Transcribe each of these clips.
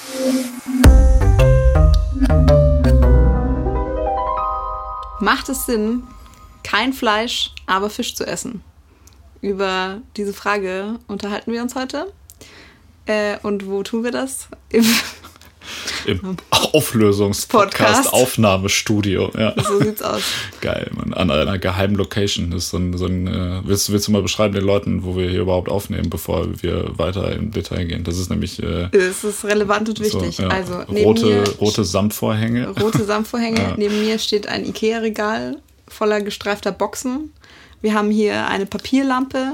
Macht es Sinn, kein Fleisch, aber Fisch zu essen? Über diese Frage unterhalten wir uns heute. Und wo tun wir das? Im Auflösungspodcast-Aufnahmestudio. Ja. So sieht's aus. Geil, Mann. An einer geheimen Location. Das ist willst du mal beschreiben den Leuten, wo wir hier überhaupt aufnehmen, bevor wir weiter im Detail gehen? Das ist nämlich... das ist relevant und wichtig. So, ja. Also, rote Samtvorhänge. Rote Samtvorhänge. Ja. Neben mir steht ein Ikea-Regal voller gestreifter Boxen. Wir haben hier eine Papierlampe,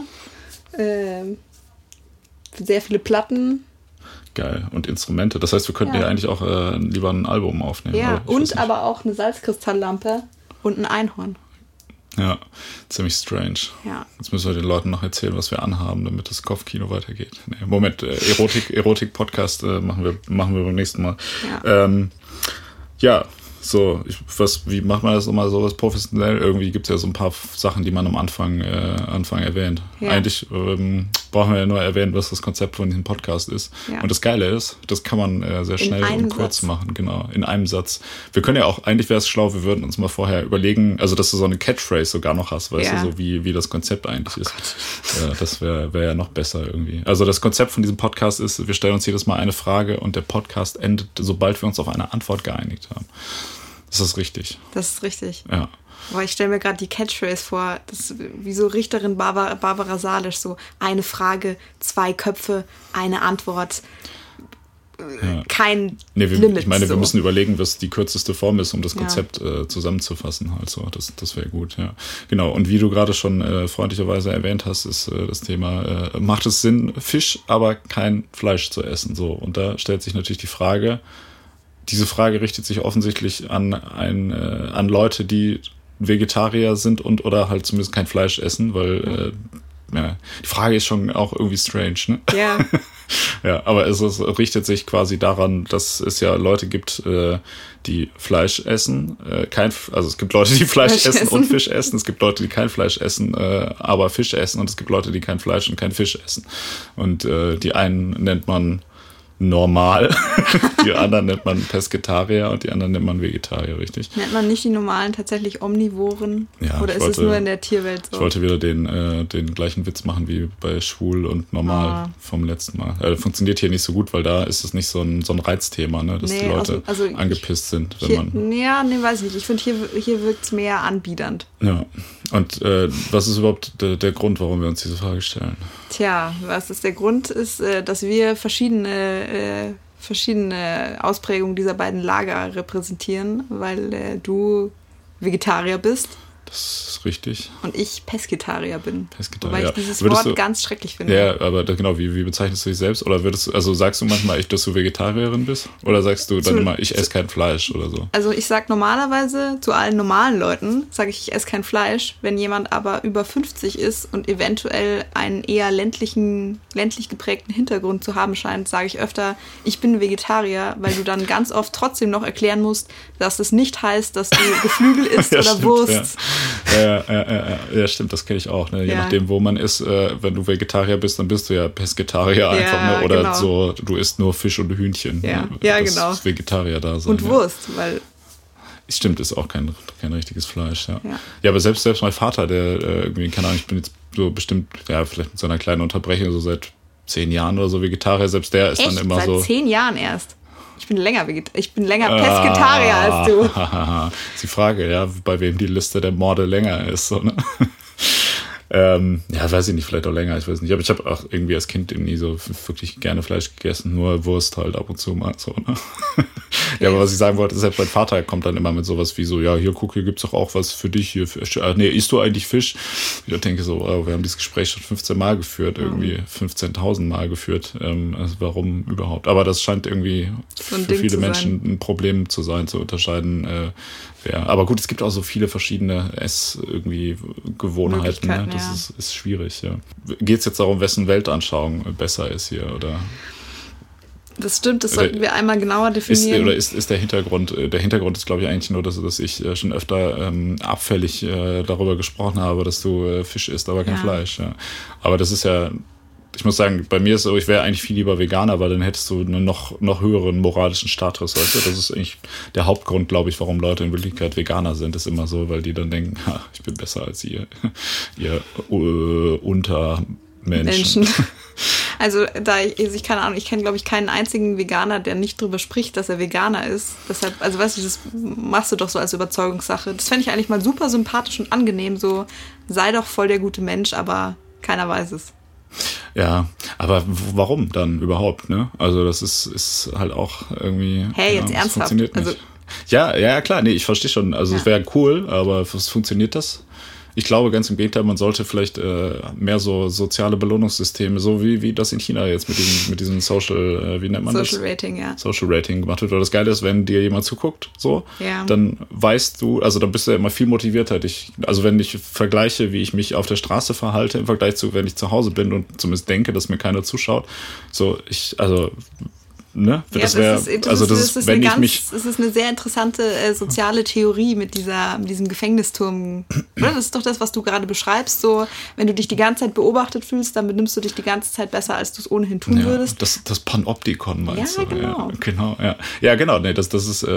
sehr viele Platten. Geil. Und Instrumente. Das heißt, wir könnten ja eigentlich auch lieber ein Album aufnehmen. Ja, und aber auch eine Salzkristalllampe und ein Einhorn. Ja, ziemlich strange. Ja. Jetzt müssen wir den Leuten noch erzählen, was wir anhaben, damit das Kopfkino weitergeht. Nee, Moment, Erotik-Podcast machen wir beim nächsten Mal. Ja. Wie macht man das immer sowas professionell? Irgendwie gibt es ja so ein paar Sachen, die man am Anfang erwähnt. Ja. Eigentlich brauchen wir ja nur erwähnen, was das Konzept von diesem Podcast ist. Ja. Und das Geile ist, das kann man sehr schnell und kurz machen, genau, in einem Satz. Wir können ja auch, eigentlich wäre es schlau, wir würden uns mal vorher überlegen, also dass du so eine Catchphrase sogar noch hast, weißt du, so wie das Konzept eigentlich ist. Das wäre ja noch besser irgendwie. Also das Konzept von diesem Podcast ist, wir stellen uns jedes Mal eine Frage und der Podcast endet, sobald wir uns auf eine Antwort geeinigt haben. Das ist richtig. Das ist richtig. Ja. Boah, ich stelle mir gerade die Catchphrase vor, das ist wie so Richterin Barbara Salisch, so eine Frage, 2 Köpfe, eine Antwort, kein Limit. Ich meine, wir müssen überlegen, was die kürzeste Form ist, um das Konzept zusammenzufassen. Also das wäre gut, ja. Genau, und wie du gerade schon freundlicherweise erwähnt hast, ist das Thema, macht es Sinn, Fisch, aber kein Fleisch zu essen? So, und da stellt sich natürlich die Frage, diese Frage richtet sich offensichtlich an Leute, die Vegetarier sind und oder halt zumindest kein Fleisch essen, weil die Frage ist schon auch irgendwie strange, ne? Ja. Ja, aber es richtet sich quasi daran, dass es ja Leute gibt, die Fleisch essen. Also es gibt Leute, die Fleisch essen und Fisch essen. Es gibt Leute, die kein Fleisch essen, aber Fisch essen. Und es gibt Leute, die kein Fleisch und kein Fisch essen. Und die einen nennt man normal, die anderen nennt man Pesketarier und die anderen nennt man Vegetarier, richtig? Nennt man nicht die normalen tatsächlich Omnivoren? Ja, oder ist es nur in der Tierwelt so? Ich wollte wieder den gleichen Witz machen wie bei Schwul und Normal vom letzten Mal. Funktioniert hier nicht so gut, weil da ist es nicht so ein Reizthema, ne, dass die Leute angepisst sind. Weiß ich nicht. Ich finde, hier wirkt es mehr anbiedernd. Ja, und was ist überhaupt der Grund, warum wir uns diese Frage stellen? Tja, was ist der Grund, ist, dass wir verschiedene Ausprägungen dieser beiden Lager repräsentieren, weil du Vegetarier bist. Das ist richtig. Und ich Pesketarier bin. Pesketarier. Wobei ich dieses Wort ganz schrecklich finde. Ja, aber genau, wie bezeichnest du dich selbst? Oder sagst du manchmal, dass du Vegetarierin bist? Oder sagst du dann immer, ich esse kein Fleisch oder so? Also ich sag normalerweise zu allen normalen Leuten, sage ich esse kein Fleisch. Wenn jemand aber über 50 ist und eventuell einen eher ländlich geprägten Hintergrund zu haben scheint, sage ich öfter, ich bin Vegetarier, weil du dann ganz oft trotzdem noch erklären musst, dass das nicht heißt, dass du Geflügel isst oder stimmt, Wurst. Ja, stimmt, das kenne ich auch. Ne? Je nachdem, wo man ist, wenn du Vegetarier bist, dann bist du ja Pesketarier einfach. Ne? Oder genau. So, du isst nur Fisch und Hühnchen. Ja, ne? Genau. Das Vegetarier da sein. Und Wurst, weil... Stimmt, ist auch kein richtiges Fleisch. Ja, aber selbst mein Vater, der irgendwie, keine Ahnung, ich bin jetzt so bestimmt, vielleicht mit so einer kleinen Unterbrechung, so seit 10 Jahren oder so Vegetarier, selbst der ist dann immer seit so... Seit 10 Jahren erst? Ich bin länger Pesketarier als du. Ist die Frage, ja, bei wem die Liste der Morde länger ist. So, ne? Weiß ich nicht, vielleicht auch länger, ich weiß nicht. Aber ich habe auch irgendwie als Kind nie so wirklich gerne Fleisch gegessen, nur Wurst halt ab und zu mal. So, ne? Ja, aber was ich sagen wollte, ist, selbst mein Vater kommt dann immer mit sowas wie so, ja, hier gibt's doch auch was für dich hier. Isst du eigentlich Fisch? Ich denke so, wir haben dieses Gespräch schon 15 Mal geführt, irgendwie 15.000 Mal geführt. Also warum überhaupt? Aber das scheint irgendwie so für viele Menschen ein Problem zu sein, zu unterscheiden, aber gut, es gibt auch so viele verschiedene Gewohnheiten. Ne? Das ist schwierig, ja. Geht es jetzt darum, wessen Weltanschauung besser ist hier, oder? Das stimmt, das sollten wir einmal genauer definieren. Ist der Hintergrund ist, glaube ich, eigentlich nur, dass ich schon öfter abfällig darüber gesprochen habe, dass du Fisch isst, aber kein Fleisch. Ja. Aber das ist ja ich muss sagen, bei mir ist so, ich wäre eigentlich viel lieber Veganer, weil dann hättest du einen noch höheren moralischen Status, weißt du? Das ist eigentlich der Hauptgrund, glaube ich, warum Leute in Wirklichkeit Veganer sind, ist immer so, weil die dann denken, ich bin besser als ihr Untermenschen. Also ich keine Ahnung, ich kenne, glaube ich, keinen einzigen Veganer, der nicht drüber spricht, dass er Veganer ist. Deshalb, also weißt du, das machst du doch so als Überzeugungssache. Das fände ich eigentlich mal super sympathisch und angenehm, so sei doch voll der gute Mensch, aber keiner weiß es. Ja, aber warum dann überhaupt, ne? Also das ist halt auch irgendwie... Hey, jetzt ernsthaft? Funktioniert nicht. Also, ja, klar, nee, ich verstehe schon. Also es wäre cool, aber was funktioniert das? Ich glaube ganz im Gegenteil, man sollte vielleicht mehr so soziale Belohnungssysteme, so wie das in China jetzt mit diesem Social, wie nennt man das? Social Rating, ja. Social Rating gemacht wird. Weil das Geile ist, wenn dir jemand zuguckt, so, dann weißt du, also dann bist du ja immer viel motivierter. Also wenn ich vergleiche, wie ich mich auf der Straße verhalte, im Vergleich zu, wenn ich zu Hause bin und zumindest denke, dass mir keiner zuschaut, ne? Ja, das ist eine sehr interessante soziale Theorie mit diesem Gefängnisturm. Das ist doch das, was du gerade beschreibst. So, wenn du dich die ganze Zeit beobachtet fühlst, dann benimmst du dich die ganze Zeit besser, als du es ohnehin tun würdest. Das Panoptikon meinst du? Genau. Ja, genau. Nee, das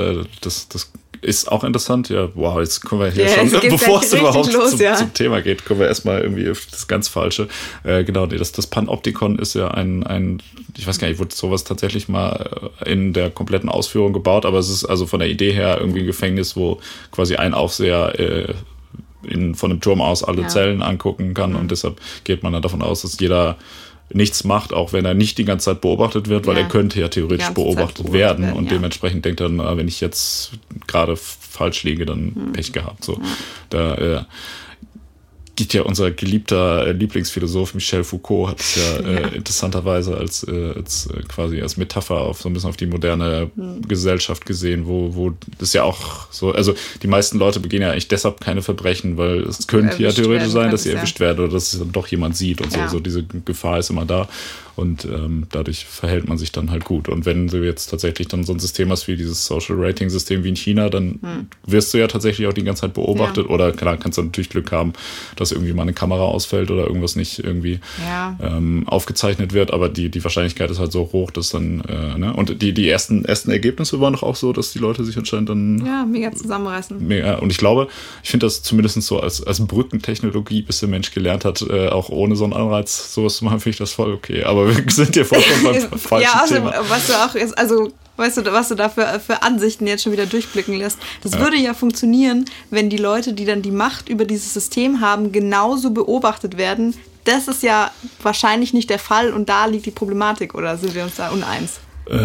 ist auch interessant. Ja, wow, jetzt können wir hier schon, bevor es überhaupt zum Thema geht, können wir erstmal irgendwie auf das ganz Falsche. Genau, nee, das Panoptikon ist ja ein, ich weiß gar nicht, wurde sowas tatsächlich mal in der kompletten Ausführung gebaut, aber es ist also von der Idee her irgendwie ein Gefängnis, wo quasi ein Aufseher von dem Turm aus alle Zellen angucken kann und deshalb geht man dann davon aus, dass jeder nichts macht, auch wenn er nicht die ganze Zeit beobachtet wird, weil er könnte ja theoretisch beobachtet werden und dementsprechend denkt er dann, wenn ich jetzt gerade falsch liege, dann Pech gehabt. So, da geht ja unser geliebter Lieblingsphilosoph Michel Foucault hat es ja interessanterweise als quasi als Metapher auf so ein bisschen auf die moderne Gesellschaft gesehen, wo das ja auch so, also die meisten Leute begehen ja eigentlich deshalb keine Verbrechen, weil es könnte ja theoretisch sein, dass sie erwischt werden oder dass es dann doch jemand sieht und so. So diese Gefahr ist immer da und dadurch verhält man sich dann halt gut. Und wenn du jetzt tatsächlich dann so ein System hast wie dieses Social Rating System wie in China, dann wirst du ja tatsächlich auch die ganze Zeit beobachtet oder klar, kannst du natürlich Glück haben, dass irgendwie mal eine Kamera ausfällt oder irgendwas nicht irgendwie aufgezeichnet wird, aber die Wahrscheinlichkeit ist halt so hoch, dass dann, ne? Und die ersten Ergebnisse waren doch auch so, dass die Leute sich anscheinend dann mega zusammenreißen. Und ich glaube, ich finde das zumindest so als Brückentechnologie, bis der Mensch gelernt hat, auch ohne so einen Anreiz sowas zu machen, finde ich das voll okay. Aber wir sind ja vollkommen beim falschen Thema. Was du auch jetzt, also weißt du, was du da für Ansichten jetzt schon wieder durchblicken lässt? Das würde ja funktionieren, wenn die Leute, die dann die Macht über dieses System haben, genauso beobachtet werden. Das ist ja wahrscheinlich nicht der Fall und da liegt die Problematik, oder sind wir uns da uneins?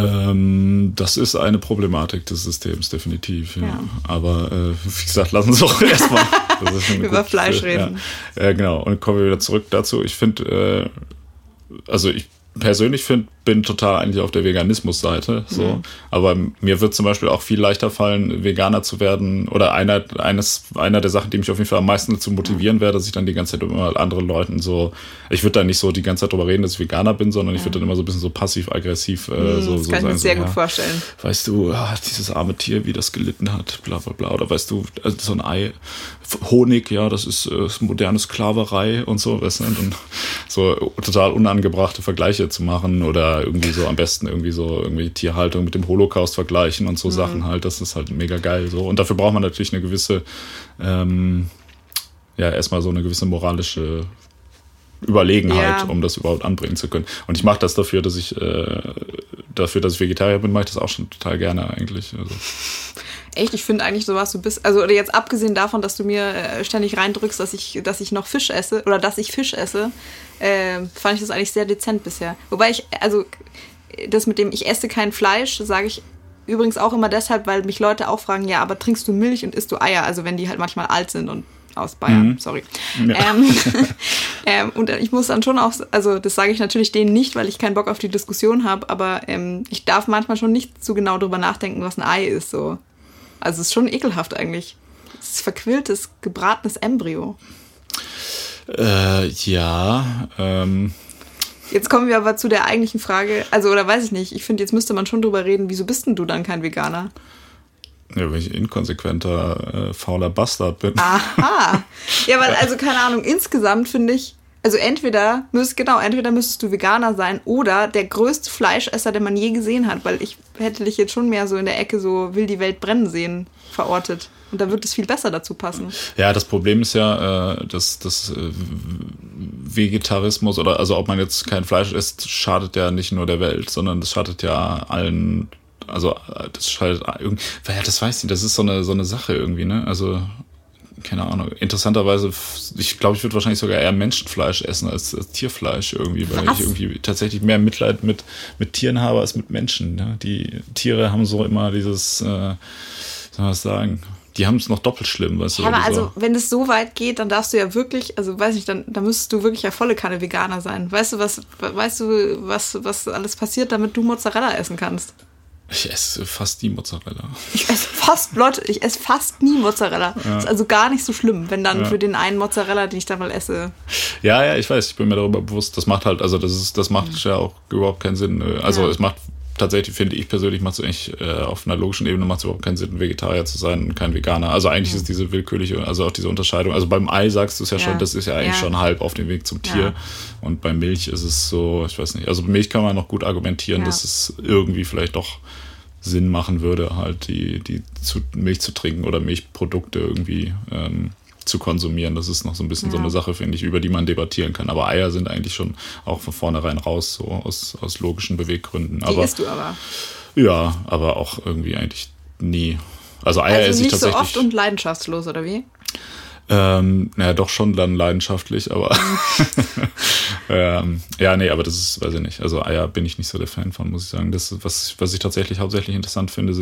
Das ist eine Problematik des Systems, definitiv. Ja. Aber wie gesagt, lassen Sie doch erstmal über Fleisch reden. Ja, genau. Und kommen wir wieder zurück dazu. Ich finde, ich persönlich bin total eigentlich auf der Veganismus-Seite, so. Aber mir wird zum Beispiel auch viel leichter fallen, Veganer zu werden oder einer der Sachen, die mich auf jeden Fall am meisten dazu motivieren werde, dass ich dann die ganze Zeit immer anderen Leuten so, ich würde da nicht so die ganze Zeit drüber reden, dass ich Veganer bin, sondern ich würde dann immer so ein bisschen so passiv-aggressiv das kann ich mir sehr gut vorstellen. Weißt du, dieses arme Tier, wie das gelitten hat, bla bla bla, oder weißt du, also so ein Ei, Honig, ja, das ist moderne Sklaverei und so, weißt du, und so total unangebrachte Vergleiche zu machen oder irgendwie so am besten irgendwie Tierhaltung mit dem Holocaust vergleichen und so Sachen halt, das ist halt mega geil so. Und dafür braucht man natürlich eine gewisse, erstmal so eine gewisse moralische Überlegenheit, um das überhaupt anbringen zu können. Und ich mache das dafür, dass ich Vegetarier bin, mache ich das auch schon total gerne eigentlich. Also. Echt, ich finde eigentlich sowas, du bist, also oder jetzt abgesehen davon, dass du mir ständig reindrückst, dass ich noch Fisch esse oder dass ich Fisch esse, fand ich das eigentlich sehr dezent bisher. Wobei das mit dem ich esse kein Fleisch, sage ich übrigens auch immer deshalb, weil mich Leute auch fragen, ja, aber trinkst du Milch und isst du Eier? Also wenn die halt manchmal alt sind und aus Bayern, sorry. Ja. Und ich muss dann schon auch, also das sage ich natürlich denen nicht, weil ich keinen Bock auf die Diskussion habe, aber ich darf manchmal schon nicht so genau drüber nachdenken, was ein Ei ist, so. Also es ist schon ekelhaft eigentlich. Es ist verquilltes, gebratenes Embryo. Jetzt kommen wir aber zu der eigentlichen Frage, also oder weiß ich nicht, ich finde, jetzt müsste man schon drüber reden, wieso bist denn du dann kein Veganer? Ja, weil ich inkonsequenter, fauler Bastard bin. Aha. Ja, weil, also keine Ahnung, insgesamt finde ich, Also entweder müsstest du Veganer sein oder der größte Fleischesser, den man je gesehen hat, weil ich hätte dich jetzt schon mehr so in der Ecke so will die Welt brennen sehen verortet. Und da wird es viel besser dazu passen. Ja, das Problem ist ja, dass Vegetarismus oder also ob man jetzt kein Fleisch isst, schadet ja nicht nur der Welt, sondern das schadet ja allen. Also das schadet irgendwie. Ja, das weiß ich nicht. Das ist so eine Sache irgendwie, ne? Also keine Ahnung. Interessanterweise, ich glaube, ich würde wahrscheinlich sogar eher Menschenfleisch essen als Tierfleisch irgendwie, weil ich irgendwie tatsächlich mehr Mitleid mit Tieren habe als mit Menschen. Ne? Die Tiere haben so immer dieses, soll man das sagen? Die haben es noch doppelt schlimm, weißt du? Ja, aber also, wenn es so weit geht, dann darfst du ja wirklich, also weiß nicht, dann müsstest du wirklich ja volle Kanne Veganer sein. Weißt du, was alles passiert, damit du Mozzarella essen kannst? Ich esse fast nie Mozzarella. Ich esse fast nie Mozzarella. Ja. Ist also gar nicht so schlimm, wenn dann für den einen Mozzarella, den ich dann mal esse. Ja, ich weiß, ich bin mir darüber bewusst, das macht halt, also das macht ja auch überhaupt keinen Sinn. Also es macht tatsächlich, finde ich persönlich, macht es eigentlich auf einer logischen Ebene macht es überhaupt keinen Sinn, Vegetarier zu sein und kein Veganer. Also eigentlich ist diese willkürliche, also auch diese Unterscheidung, also beim Ei sagst du es ja schon, das ist ja eigentlich schon halb auf dem Weg zum Tier. Ja. Und bei Milch ist es so, ich weiß nicht, also bei Milch kann man noch gut argumentieren, dass es irgendwie vielleicht doch Sinn machen würde, halt die Milch zu trinken oder Milchprodukte irgendwie zu konsumieren. Das ist noch so ein bisschen so eine Sache, finde ich, über die man debattieren kann. Aber Eier sind eigentlich schon auch von vornherein raus, so aus logischen Beweggründen. Die isst du aber? Ja, aber auch irgendwie eigentlich nie. Also Eier esse ich tatsächlich... nicht so oft und leidenschaftslos, oder wie? Naja, doch schon dann leidenschaftlich, aber aber das ist, weiß ich nicht. Also Eier bin ich nicht so der Fan von, muss ich sagen. Das, was ich tatsächlich hauptsächlich interessant finde,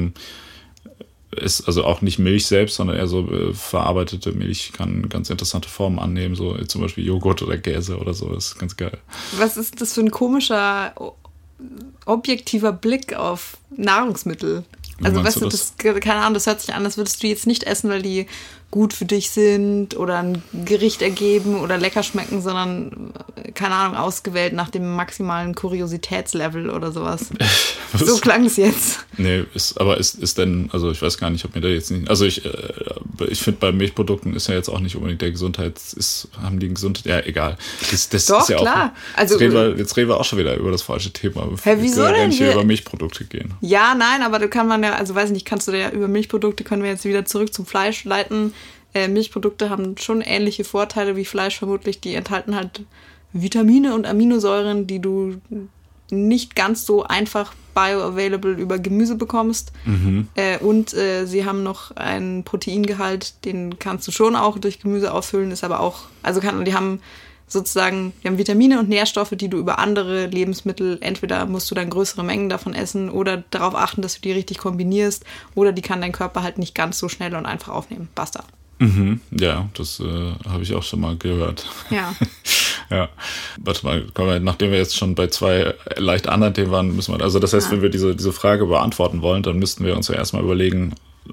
ist also auch nicht Milch selbst, sondern eher so verarbeitete Milch kann ganz interessante Formen annehmen, so zum Beispiel Joghurt oder Käse oder so, das ist ganz geil. Was ist das für ein komischer, objektiver Blick auf Nahrungsmittel? Also weißt du, keine Ahnung, das hört sich an, als würdest du jetzt nicht essen, weil die gut für dich sind oder ein Gericht ergeben oder lecker schmecken, sondern, keine Ahnung, ausgewählt nach dem maximalen Kuriositätslevel oder sowas. So klang es jetzt. Nee, ist denn, also ich weiß gar nicht, ob mir da jetzt nicht, also ich finde, bei Milchprodukten ist ja jetzt auch nicht unbedingt der haben die Gesundheit, ja, egal. Das doch, ist ja klar. Auch, jetzt reden wir auch schon wieder über das falsche Thema. Wieso denn? Wenn wir über Milchprodukte gehen. Ja, nein, aber da kann man ja, also weiß nicht, kannst du ja über Milchprodukte, können wir jetzt wieder zurück zum Fleisch leiten. Milchprodukte haben schon ähnliche Vorteile wie Fleisch vermutlich. Die enthalten halt Vitamine und Aminosäuren, die du nicht ganz so einfach bioavailable über Gemüse bekommst. Mhm. Und sie haben noch einen Proteingehalt, den kannst du schon auch durch Gemüse auffüllen, ist aber auch, die haben Vitamine und Nährstoffe, die du über andere Lebensmittel, entweder musst du dann größere Mengen davon essen oder darauf achten, dass du die richtig kombinierst, oder die kann dein Körper halt nicht ganz so schnell und einfach aufnehmen. Basta. Mhm, ja, das habe ich auch schon mal gehört. Ja. Ja. Warte mal, nachdem wir jetzt schon bei zwei leicht anderen Themen waren, müssen wir, also das heißt, wenn wir diese Frage beantworten wollen, dann müssten wir uns ja erstmal überlegen,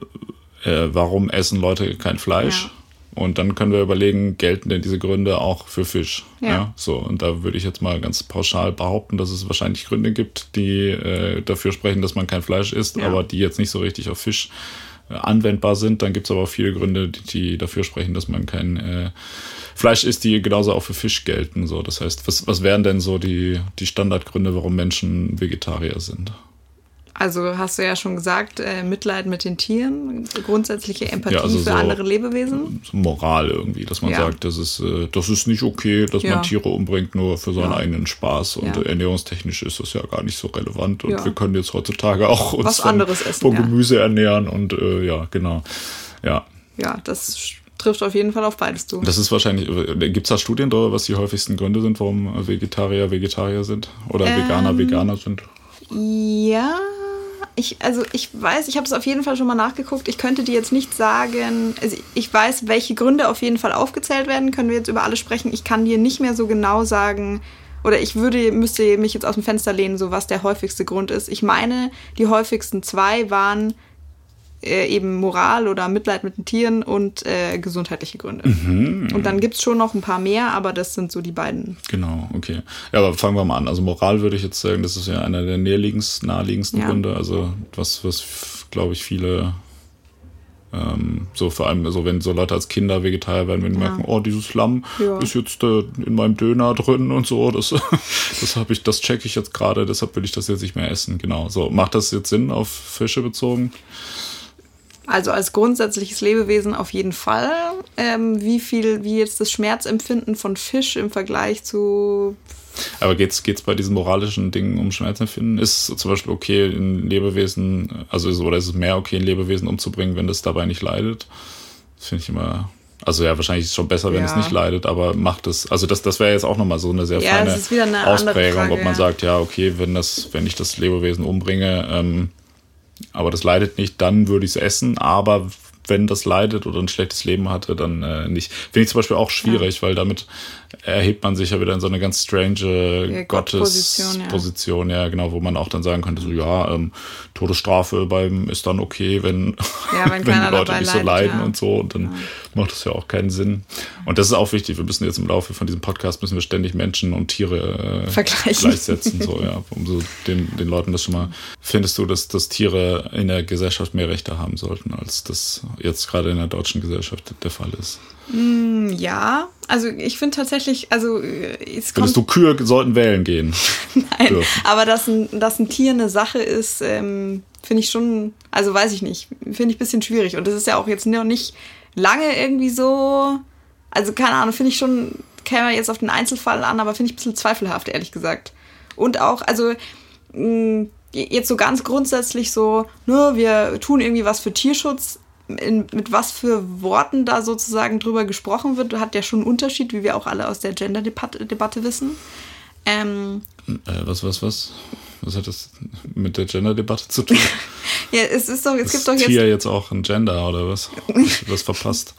warum essen Leute kein Fleisch? Ja. Und dann können wir überlegen, gelten denn diese Gründe auch für Fisch? Ja. So, und da würde ich jetzt mal ganz pauschal behaupten, dass es wahrscheinlich Gründe gibt, die dafür sprechen, dass man kein Fleisch isst, aber die jetzt nicht so richtig auf Fisch anwendbar sind. Dann gibt es aber auch viele Gründe, die dafür sprechen, dass man kein Fleisch isst, die genauso auch für Fisch gelten. So, das heißt, was wären denn so die Standardgründe, warum Menschen Vegetarier sind? Also hast du ja schon gesagt, Mitleid mit den Tieren, grundsätzliche Empathie für andere Lebewesen. Moral irgendwie, dass man sagt, das ist nicht okay, dass man Tiere umbringt, nur für seinen eigenen Spaß. Und ernährungstechnisch ist das ja gar nicht so relevant. Und wir können jetzt heutzutage auch uns von Gemüse ernähren. Und genau. Ja, das trifft auf jeden Fall auf beides zu. Das ist wahrscheinlich, gibt es da Studien darüber, was die häufigsten Gründe sind, warum Vegetarier sind? Oder Veganer sind? Ja, ich weiß, ich habe es auf jeden Fall schon mal nachgeguckt. Ich könnte dir jetzt nicht sagen, also ich weiß, welche Gründe auf jeden Fall aufgezählt werden, können wir jetzt über alle sprechen. Ich kann dir nicht mehr so genau sagen, oder müsste mich jetzt aus dem Fenster lehnen, so was der häufigste Grund ist. Ich meine, die häufigsten 2 waren eben Moral oder Mitleid mit den Tieren und gesundheitliche Gründe. Mhm. Und dann gibt es schon noch ein paar mehr, aber das sind so die beiden. Genau, okay. Ja, aber fangen wir mal an. Also Moral würde ich jetzt sagen, das ist ja einer der naheliegendsten Gründe. Also was glaube ich viele So vor allem, so wenn so Leute als Kinder Vegetarier werden, wenn die merken, oh, dieses Lamm ist jetzt in meinem Döner drin und so, das checke ich jetzt gerade, deshalb will ich das jetzt nicht mehr essen. Genau. So, macht das jetzt Sinn auf Fische bezogen? Also als grundsätzliches Lebewesen auf jeden Fall. Wie jetzt das Schmerzempfinden von Fisch im Vergleich zu... Aber geht's bei diesen moralischen Dingen um Schmerzempfinden? Ist zum Beispiel okay, ein Lebewesen, oder ist es mehr okay, ein Lebewesen umzubringen, wenn das dabei nicht leidet? Das finde ich immer... Also ja, wahrscheinlich ist es schon besser, wenn es nicht leidet, aber macht es... Also das wäre jetzt auch nochmal so eine sehr feine das ist wieder eine Ausprägung, Frage, ob man sagt, ja, okay, wenn ich das Lebewesen umbringe, aber das leidet nicht, dann würde ich es essen, aber wenn das leidet oder ein schlechtes Leben hatte, dann nicht. Finde ich zum Beispiel auch schwierig, weil damit erhebt man sich ja wieder in so eine ganz strange Gottesposition, ja, genau, wo man auch dann sagen könnte, so Todesstrafe ist dann okay, wenn die Leute nicht so leiden und so, und dann macht das ja auch keinen Sinn. Und das ist auch wichtig, wir müssen jetzt im Laufe von diesem Podcast ständig Menschen und Tiere gleichsetzen, so, ja, um so den Leuten das schon mal... Findest du, dass Tiere in der Gesellschaft mehr Rechte haben sollten, als das jetzt gerade in der deutschen Gesellschaft der Fall ist? Ja, also ich finde tatsächlich, Findest du, Kühe sollten wählen gehen? Nein, dürfen. Aber dass ein Tier eine Sache ist, finde ich schon, also weiß ich nicht, finde ich ein bisschen schwierig. Und das ist ja auch jetzt noch nicht lange irgendwie so, also keine Ahnung, finde ich schon, käme jetzt auf den Einzelfall an, aber finde ich ein bisschen zweifelhaft, ehrlich gesagt. Und auch, also jetzt so ganz grundsätzlich so, wir tun irgendwie was für Tierschutz, mit was für Worten da sozusagen drüber gesprochen wird, hat ja schon einen Unterschied, wie wir auch alle aus der Gender-Debatte wissen. Was hat das mit der Gender-Debatte zu tun? Ja, es gibt doch jetzt... Tier jetzt auch ein Gender, oder was? Was verpasst?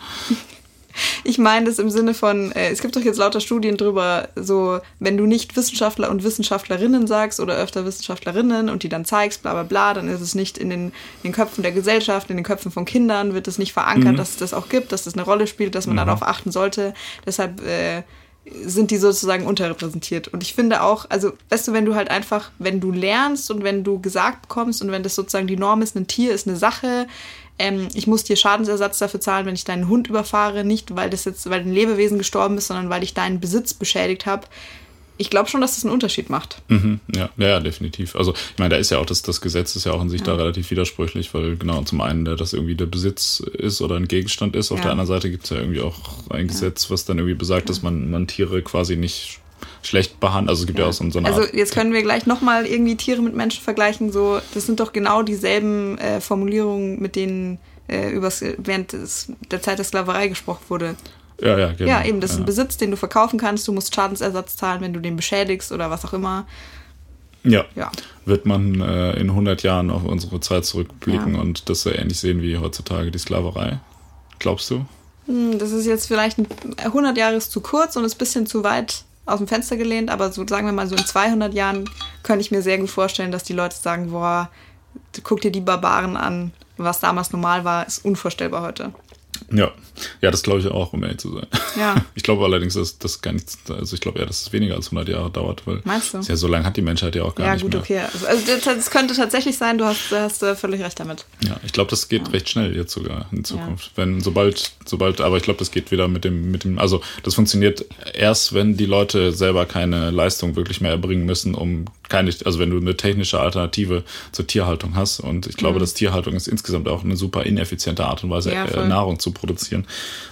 Ich meine das im Sinne von, es gibt doch jetzt lauter Studien drüber, so, wenn du nicht Wissenschaftler und Wissenschaftlerinnen sagst oder öfter Wissenschaftlerinnen und die dann zeigst, bla bla bla, dann ist es nicht in den Köpfen der Gesellschaft, in den Köpfen von Kindern, wird es nicht verankert, dass es das auch gibt, dass das eine Rolle spielt, dass man darauf achten sollte. Deshalb sind die sozusagen unterrepräsentiert. Und ich finde auch, also, weißt du, wenn du halt einfach, wenn du lernst und wenn du gesagt bekommst und wenn das sozusagen die Norm ist, ein Tier ist eine Sache, ich muss dir Schadensersatz dafür zahlen, wenn ich deinen Hund überfahre, nicht weil ein Lebewesen gestorben ist, sondern weil ich deinen Besitz beschädigt habe. Ich glaube schon, dass das einen Unterschied macht. Ja, definitiv. Also ich meine, da ist ja auch das Gesetz ist ja auch in sich da relativ widersprüchlich, weil genau zum einen, das irgendwie der Besitz ist oder ein Gegenstand ist. Auf der anderen Seite gibt es ja irgendwie auch ein Gesetz, was dann irgendwie besagt, dass man Tiere quasi nicht schlecht behandelt. Also es gibt ja auch so eine Art... Also jetzt können wir gleich nochmal irgendwie Tiere mit Menschen vergleichen. So, das sind doch genau dieselben Formulierungen, mit denen während der Zeit der Sklaverei gesprochen wurde. Ja, genau. Ja, eben, das ist ein Besitz, den du verkaufen kannst. Du musst Schadensersatz zahlen, wenn du den beschädigst oder was auch immer. Ja. Wird man in 100 Jahren auf unsere Zeit zurückblicken und das so ähnlich sehen wie heutzutage die Sklaverei? Glaubst du? Das ist jetzt vielleicht 100 Jahre ist zu kurz und ist ein bisschen zu weit aus dem Fenster gelehnt, aber so sagen wir mal so in 200 Jahren könnte ich mir sehr gut vorstellen, dass die Leute sagen, boah, guck dir die Barbaren an, was damals normal war, ist unvorstellbar heute. Ja, das glaube ich auch, um ehrlich zu sein. Ja. Ich glaube allerdings, dass das gar nichts, also ich glaube eher, dass es weniger als 100 Jahre dauert, weil meinst du? Ja, so lange hat die Menschheit ja auch gar nicht mehr. Ja, gut, okay. Also das könnte tatsächlich sein, du hast völlig recht damit. Ja, ich glaube, das geht recht schnell jetzt sogar in Zukunft. Wenn sobald, aber ich glaube, das geht wieder mit dem, also das funktioniert erst, wenn die Leute selber keine Leistung wirklich mehr erbringen müssen, also wenn du eine technische Alternative zur Tierhaltung hast, und ich glaube, dass Tierhaltung ist insgesamt auch eine super ineffiziente Art und Weise, Nahrung zu produzieren.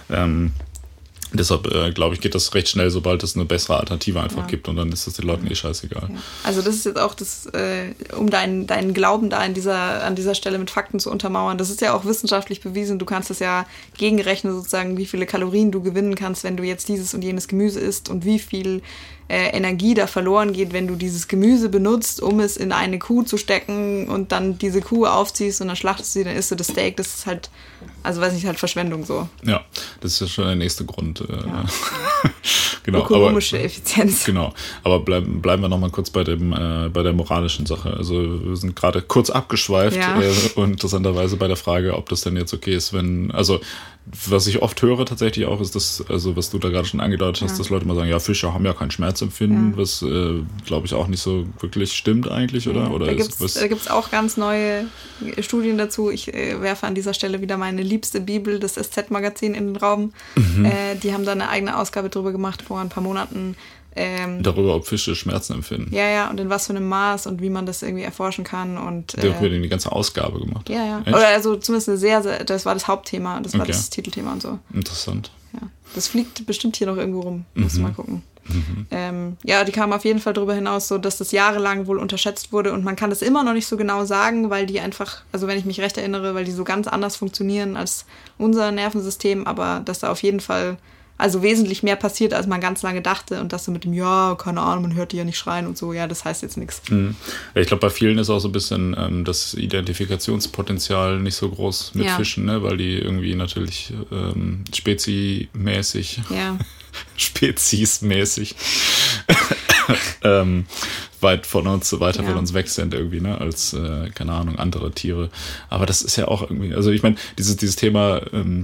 Deshalb, glaube ich, geht das recht schnell, sobald es eine bessere Alternative einfach gibt, und dann ist das den Leuten scheißegal. Ja. Also das ist jetzt auch das, um deinen Glauben da an dieser Stelle mit Fakten zu untermauern, das ist ja auch wissenschaftlich bewiesen, du kannst das ja gegenrechnen sozusagen, wie viele Kalorien du gewinnen kannst, wenn du jetzt dieses und jenes Gemüse isst und wie viel Energie da verloren geht, wenn du dieses Gemüse benutzt, um es in eine Kuh zu stecken und dann diese Kuh aufziehst und dann schlachtest du sie, dann isst du das Steak, das ist halt, also weiß nicht, halt Verschwendung so. Ja, das ist ja schon der nächste Grund. Genau, ökonomische Effizienz. Genau, aber bleiben wir nochmal kurz bei der moralischen Sache. Also wir sind gerade kurz abgeschweift und interessanterweise bei der Frage, ob das denn jetzt okay ist, also was ich oft höre tatsächlich auch, ist das, also was du da gerade schon angedeutet hast, dass Leute mal sagen, ja, Fische haben ja kein Schmerzempfinden Schmerzempfinden, was, glaube ich, auch nicht so wirklich stimmt eigentlich, oder? Oder da gibt's auch ganz neue Studien dazu. Ich werfe an dieser Stelle wieder meine liebste Bibel, das SZ-Magazin, in den Raum. Die haben da eine eigene Ausgabe drüber gemacht vor ein paar Monaten. Darüber, ob Fische Schmerzen empfinden. Ja, und in was für einem Maß und wie man das irgendwie erforschen kann. Und der hat mir die ganze Ausgabe gemacht. Ja. Echt? Oder also zumindest eine sehr, sehr, das war das Hauptthema, das war das Titelthema und so. Interessant. Ja. Das fliegt bestimmt hier noch irgendwo rum. Muss mal gucken. Die kamen auf jeden Fall darüber hinaus, so dass das jahrelang wohl unterschätzt wurde und man kann das immer noch nicht so genau sagen, weil die einfach, also wenn ich mich recht erinnere, weil die so ganz anders funktionieren als unser Nervensystem, aber dass da auf jeden Fall also wesentlich mehr passiert, als man ganz lange dachte und das so mit dem, ja, keine Ahnung, man hört die ja nicht schreien und so, ja, das heißt jetzt nichts. Ja, ich glaube, bei vielen ist auch so ein bisschen das Identifikationspotenzial nicht so groß mit Fischen, ne? Weil die irgendwie natürlich speziesmäßig weit von uns, weiter von uns weg sind irgendwie, ne, als, keine Ahnung, andere Tiere. Aber das ist ja auch irgendwie, also ich meine, dieses Thema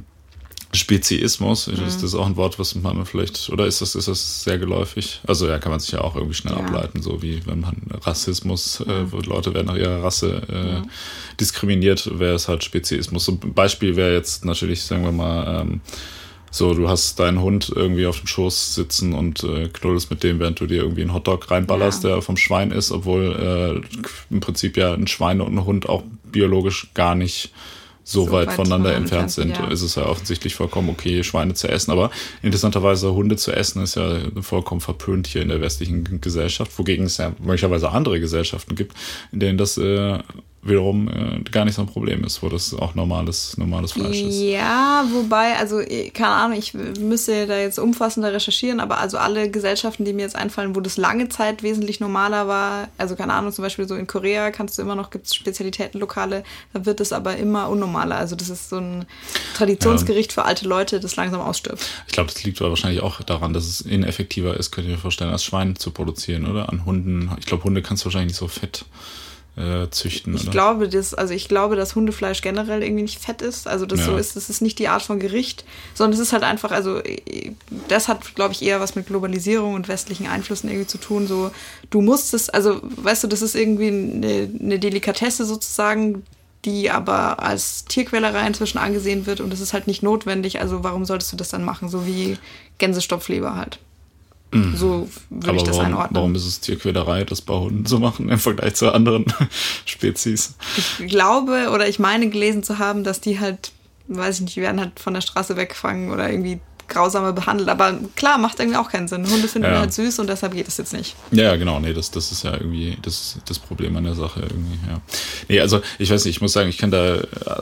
Speziismus, ist das auch ein Wort, was man vielleicht, oder ist das sehr geläufig? Also ja, kann man sich ja auch irgendwie schnell ableiten, so wie wenn man Rassismus, wo Leute werden nach ihrer Rasse diskriminiert, wäre es halt Speziismus. So ein Beispiel wäre jetzt natürlich, sagen wir mal, so, du hast deinen Hund irgendwie auf dem Schoß sitzen und knuddelst mit dem, während du dir irgendwie einen Hotdog reinballerst, der vom Schwein ist, obwohl im Prinzip ja ein Schwein und ein Hund auch biologisch gar nicht so weit voneinander entfernt sind, ist es ja offensichtlich vollkommen okay, Schweine zu essen. Aber interessanterweise, Hunde zu essen ist ja vollkommen verpönt hier in der westlichen Gesellschaft, wogegen es ja möglicherweise andere Gesellschaften gibt, in denen das wiederum gar nicht so ein Problem ist, wo das auch normales Fleisch ist. Ja, wobei, also keine Ahnung, ich müsste da jetzt umfassender recherchieren, aber also alle Gesellschaften, die mir jetzt einfallen, wo das lange Zeit wesentlich normaler war, also keine Ahnung, zum Beispiel so in Korea gibt es Spezialitätenlokale, da wird es aber immer unnormaler. Also das ist so ein Traditionsgericht für alte Leute, das langsam ausstirbt. Ich glaube, das liegt wahrscheinlich auch daran, dass es ineffektiver ist, könnt ihr mir vorstellen, als Schwein zu produzieren, oder? An Hunden. Ich glaube, Hunde kannst du wahrscheinlich nicht so fett züchten. Ich glaube, dass Hundefleisch generell irgendwie nicht fett ist. Also das ist nicht die Art von Gericht, sondern es ist halt einfach, also das hat, glaube ich, eher was mit Globalisierung und westlichen Einflüssen irgendwie zu tun. So, du musst es, also weißt du, das ist irgendwie eine Delikatesse sozusagen, die aber als Tierquälerei inzwischen angesehen wird und das ist halt nicht notwendig. Also warum solltest du das dann machen? So wie Gänsestopfleber halt. So würde ich das einordnen. Warum ist es Tierquälerei, das bei Hunden zu machen im Vergleich zu anderen Spezies? Ich glaube oder ich meine gelesen zu haben, dass die halt, weiß ich nicht, die werden halt von der Straße weggefangen oder irgendwie grausamer behandelt. Aber klar, macht irgendwie auch keinen Sinn. Hunde finden wir halt süß und deshalb geht es jetzt nicht. Ja, genau. Nee, das ist ja irgendwie das Problem an der Sache irgendwie, ja. Nee, also ich weiß nicht, ich muss sagen, ich kann da,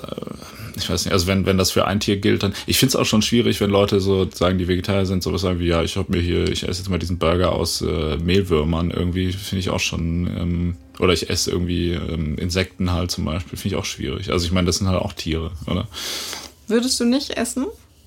ich weiß nicht, also wenn das für ein Tier gilt, dann, ich finde es auch schon schwierig, wenn Leute so sagen, die Vegetarier sind, sowas sagen wie, ja, ich esse jetzt mal diesen Burger aus Mehlwürmern irgendwie, finde ich auch schon, oder ich esse irgendwie Insekten halt zum Beispiel, finde ich auch schwierig. Also ich meine, das sind halt auch Tiere, oder? Würdest du nicht essen?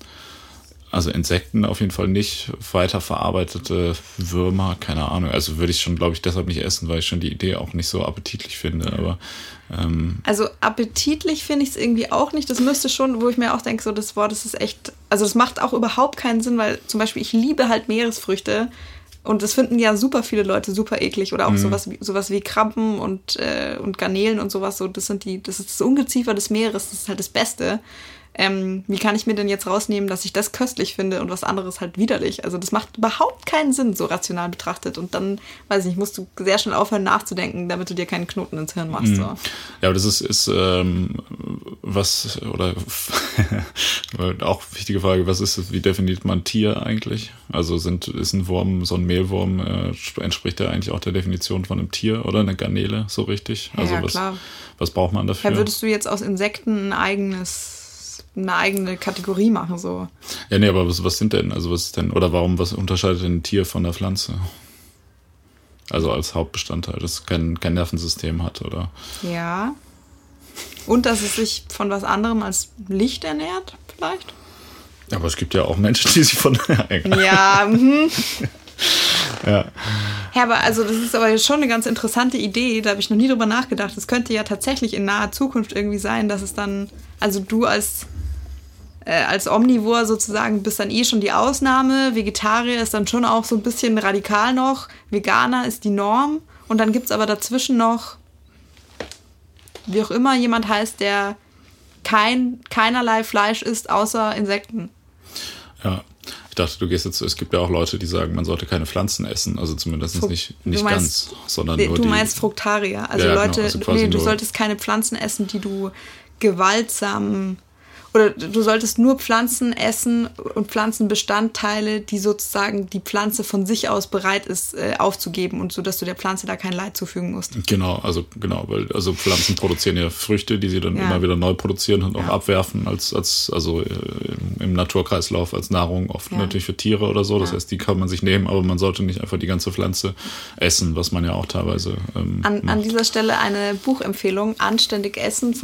Also Insekten auf jeden Fall nicht, weiterverarbeitete Würmer, keine Ahnung. Also würde ich schon, glaube ich, deshalb nicht essen, weil ich schon die Idee auch nicht so appetitlich finde. Aber also appetitlich finde ich es irgendwie auch nicht. Das müsste schon, wo ich mir auch denke, so das Wort, das ist echt, also das macht auch überhaupt keinen Sinn, weil zum Beispiel ich liebe halt Meeresfrüchte und das finden ja super viele Leute super eklig oder auch sowas wie Krabben und Garnelen und sowas. So, das ist das Ungeziefer des Meeres, das ist halt das Beste. Wie kann ich mir denn jetzt rausnehmen, dass ich das köstlich finde und was anderes halt widerlich? Also das macht überhaupt keinen Sinn, so rational betrachtet. Und dann, weiß ich nicht, musst du sehr schnell aufhören nachzudenken, damit du dir keinen Knoten ins Hirn machst. So. Ja, aber das ist was, oder auch wichtige Frage, was ist, wie definiert man Tier eigentlich? Also ist ein Wurm, so ein Mehlwurm, entspricht der eigentlich auch der Definition von einem Tier oder eine Garnele so richtig? Also klar. Was braucht man dafür? Ja, würdest du jetzt aus Insekten eine eigene Kategorie machen, so. Ja, nee, aber was sind denn, also was ist denn, oder was unterscheidet denn ein Tier von der Pflanze? Also als Hauptbestandteil, das kein Nervensystem hat, oder? Ja. Und dass es sich von was anderem als Licht ernährt, vielleicht? Aber es gibt ja auch Menschen, die sich von... Ja, Ja. Ja, aber also das ist aber jetzt schon eine ganz interessante Idee, da habe ich noch nie drüber nachgedacht. Es könnte ja tatsächlich in naher Zukunft irgendwie sein, dass es dann, also du als als Omnivor sozusagen bist dann schon die Ausnahme. Vegetarier ist dann schon auch so ein bisschen radikal noch. Veganer ist die Norm. Und dann gibt es aber dazwischen noch, wie auch immer jemand heißt, der keinerlei Fleisch isst, außer Insekten. Ja, ich dachte, du gehst jetzt, es gibt ja auch Leute, die sagen, man sollte keine Pflanzen essen, also zumindest nicht ganz, sondern nur du meinst Fruktarier, also ja, Leute, genau, also du solltest keine Pflanzen essen, die du gewaltsam, oder du solltest nur Pflanzen essen und Pflanzenbestandteile, die sozusagen die Pflanze von sich aus bereit ist aufzugeben und so, dass du der Pflanze da kein Leid zufügen musst. Genau, weil Pflanzen produzieren ja Früchte, die sie dann immer wieder neu produzieren und auch abwerfen im Naturkreislauf als Nahrung, oft natürlich für Tiere oder so. Das heißt, die kann man sich nehmen, aber man sollte nicht einfach die ganze Pflanze essen, was man ja auch teilweise an dieser Stelle eine Buchempfehlung, Anständig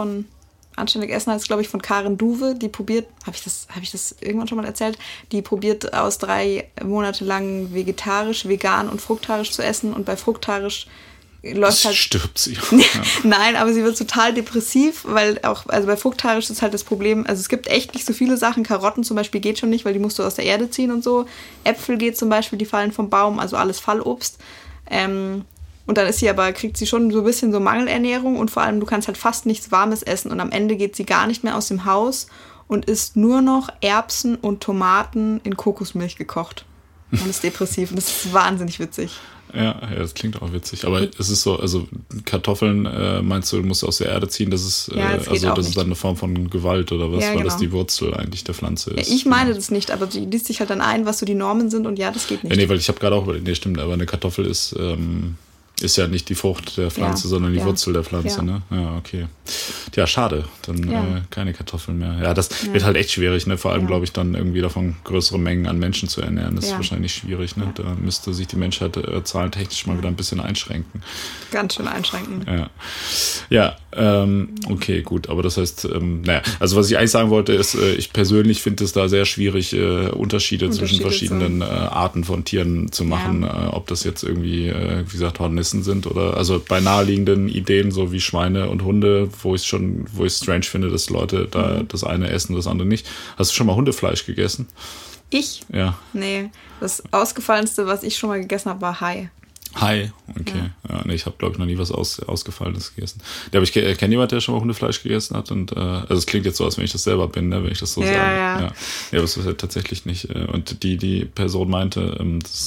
Essen heißt, glaube ich, von Karen Duwe. Die probiert, habe ich das irgendwann schon mal erzählt? Die probiert aus 3 Monate lang vegetarisch, vegan und fruktarisch zu essen. Und bei fruktarisch läuft halt... Stirbt sie. Nein, aber sie wird total depressiv, weil auch, also bei fruktarisch ist halt das Problem, also es gibt echt nicht so viele Sachen. Karotten zum Beispiel geht schon nicht, weil die musst du aus der Erde ziehen und so. Äpfel geht zum Beispiel, die fallen vom Baum, also alles Fallobst. Und dann kriegt sie schon so ein bisschen so Mangelernährung und vor allem, du kannst halt fast nichts Warmes essen und am Ende geht sie gar nicht mehr aus dem Haus und isst nur noch Erbsen und Tomaten in Kokosmilch gekocht. Und ist depressiv und das ist wahnsinnig witzig. Ja, das klingt auch witzig. Aber es ist so, also Kartoffeln, meinst du musst aus der Erde ziehen, das ist, das ist dann eine Form von Gewalt oder was, weil das die Wurzel eigentlich der Pflanze ist. Ja, ich meine das nicht, aber die liest sich halt dann ein, was so die Normen sind und das geht nicht. Ja, nee, weil ich habe gerade auch stimmt, aber eine Kartoffel ist ja nicht die Frucht der Pflanze, sondern die Wurzel der Pflanze, ne? Ja, okay. Ja, schade. Dann keine Kartoffeln mehr. Ja, das wird halt echt schwierig, ne? Vor allem, glaube ich, dann irgendwie davon größere Mengen an Menschen zu ernähren. Das ist wahrscheinlich schwierig, ne? Da müsste sich die Menschheit zahlentechnisch mal wieder ein bisschen einschränken. Ganz schön einschränken. Ja, okay, gut. Aber das heißt, also was ich eigentlich sagen wollte, ist, ich persönlich finde es da sehr schwierig, Unterschiede zwischen verschiedenen Arten von Tieren zu machen. Ob das jetzt irgendwie, wie gesagt, Hornissen sind oder also bei naheliegenden Ideen, so wie Schweine und Hunde, wo ich strange finde, dass Leute da das eine essen, das andere nicht. Hast du schon mal Hundefleisch gegessen? Ich? Ja. Nee, das Ausgefallenste, was ich schon mal gegessen habe, war Hai. Hai, okay. Ja, nee, ich habe, glaube ich, noch nie was Ausgefallenes gegessen. Aber ich kenne jemanden, der schon mal Hundefleisch gegessen hat und also es klingt jetzt so, als wenn ich das selber bin, ne, wenn ich das so sage. Ja, aber es ist halt tatsächlich nicht. Und die Person meinte,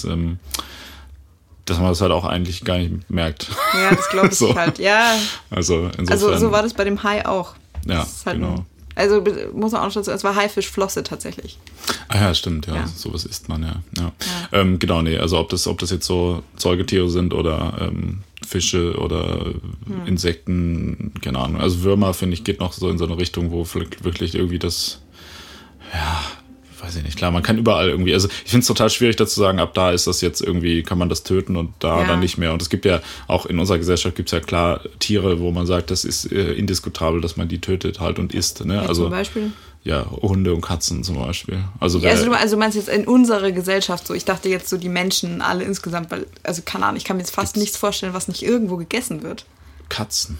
dass man das halt auch eigentlich gar nicht merkt. Ja, das glaube ich so. Halt, ja. Also insofern. Also so war das bei dem Hai auch. Ja, halt genau. Also muss man auch schon sagen, es war Haifischflosse tatsächlich. Ah ja, stimmt, ja. Sowas isst man, ja. Genau, nee, also ob das jetzt so Säugetiere sind oder Fische oder Insekten, keine Ahnung. Also Würmer, finde ich, geht noch so in so eine Richtung, wo wirklich irgendwie das, weiß ich nicht, klar, man kann überall irgendwie, also ich finde es total schwierig dazu sagen, ab da ist das jetzt irgendwie, kann man das töten und da dann nicht mehr. Und es gibt ja auch in unserer Gesellschaft gibt es ja klar Tiere, wo man sagt, das ist indiskutabel, dass man die tötet halt und isst. Ne? Ja, also, zum Beispiel? Ja, Hunde und Katzen zum Beispiel. Also du meinst jetzt in unserer Gesellschaft so, ich dachte jetzt so die Menschen alle insgesamt, weil, also keine Ahnung, ich kann mir jetzt fast nichts vorstellen, was nicht irgendwo gegessen wird. Katzen.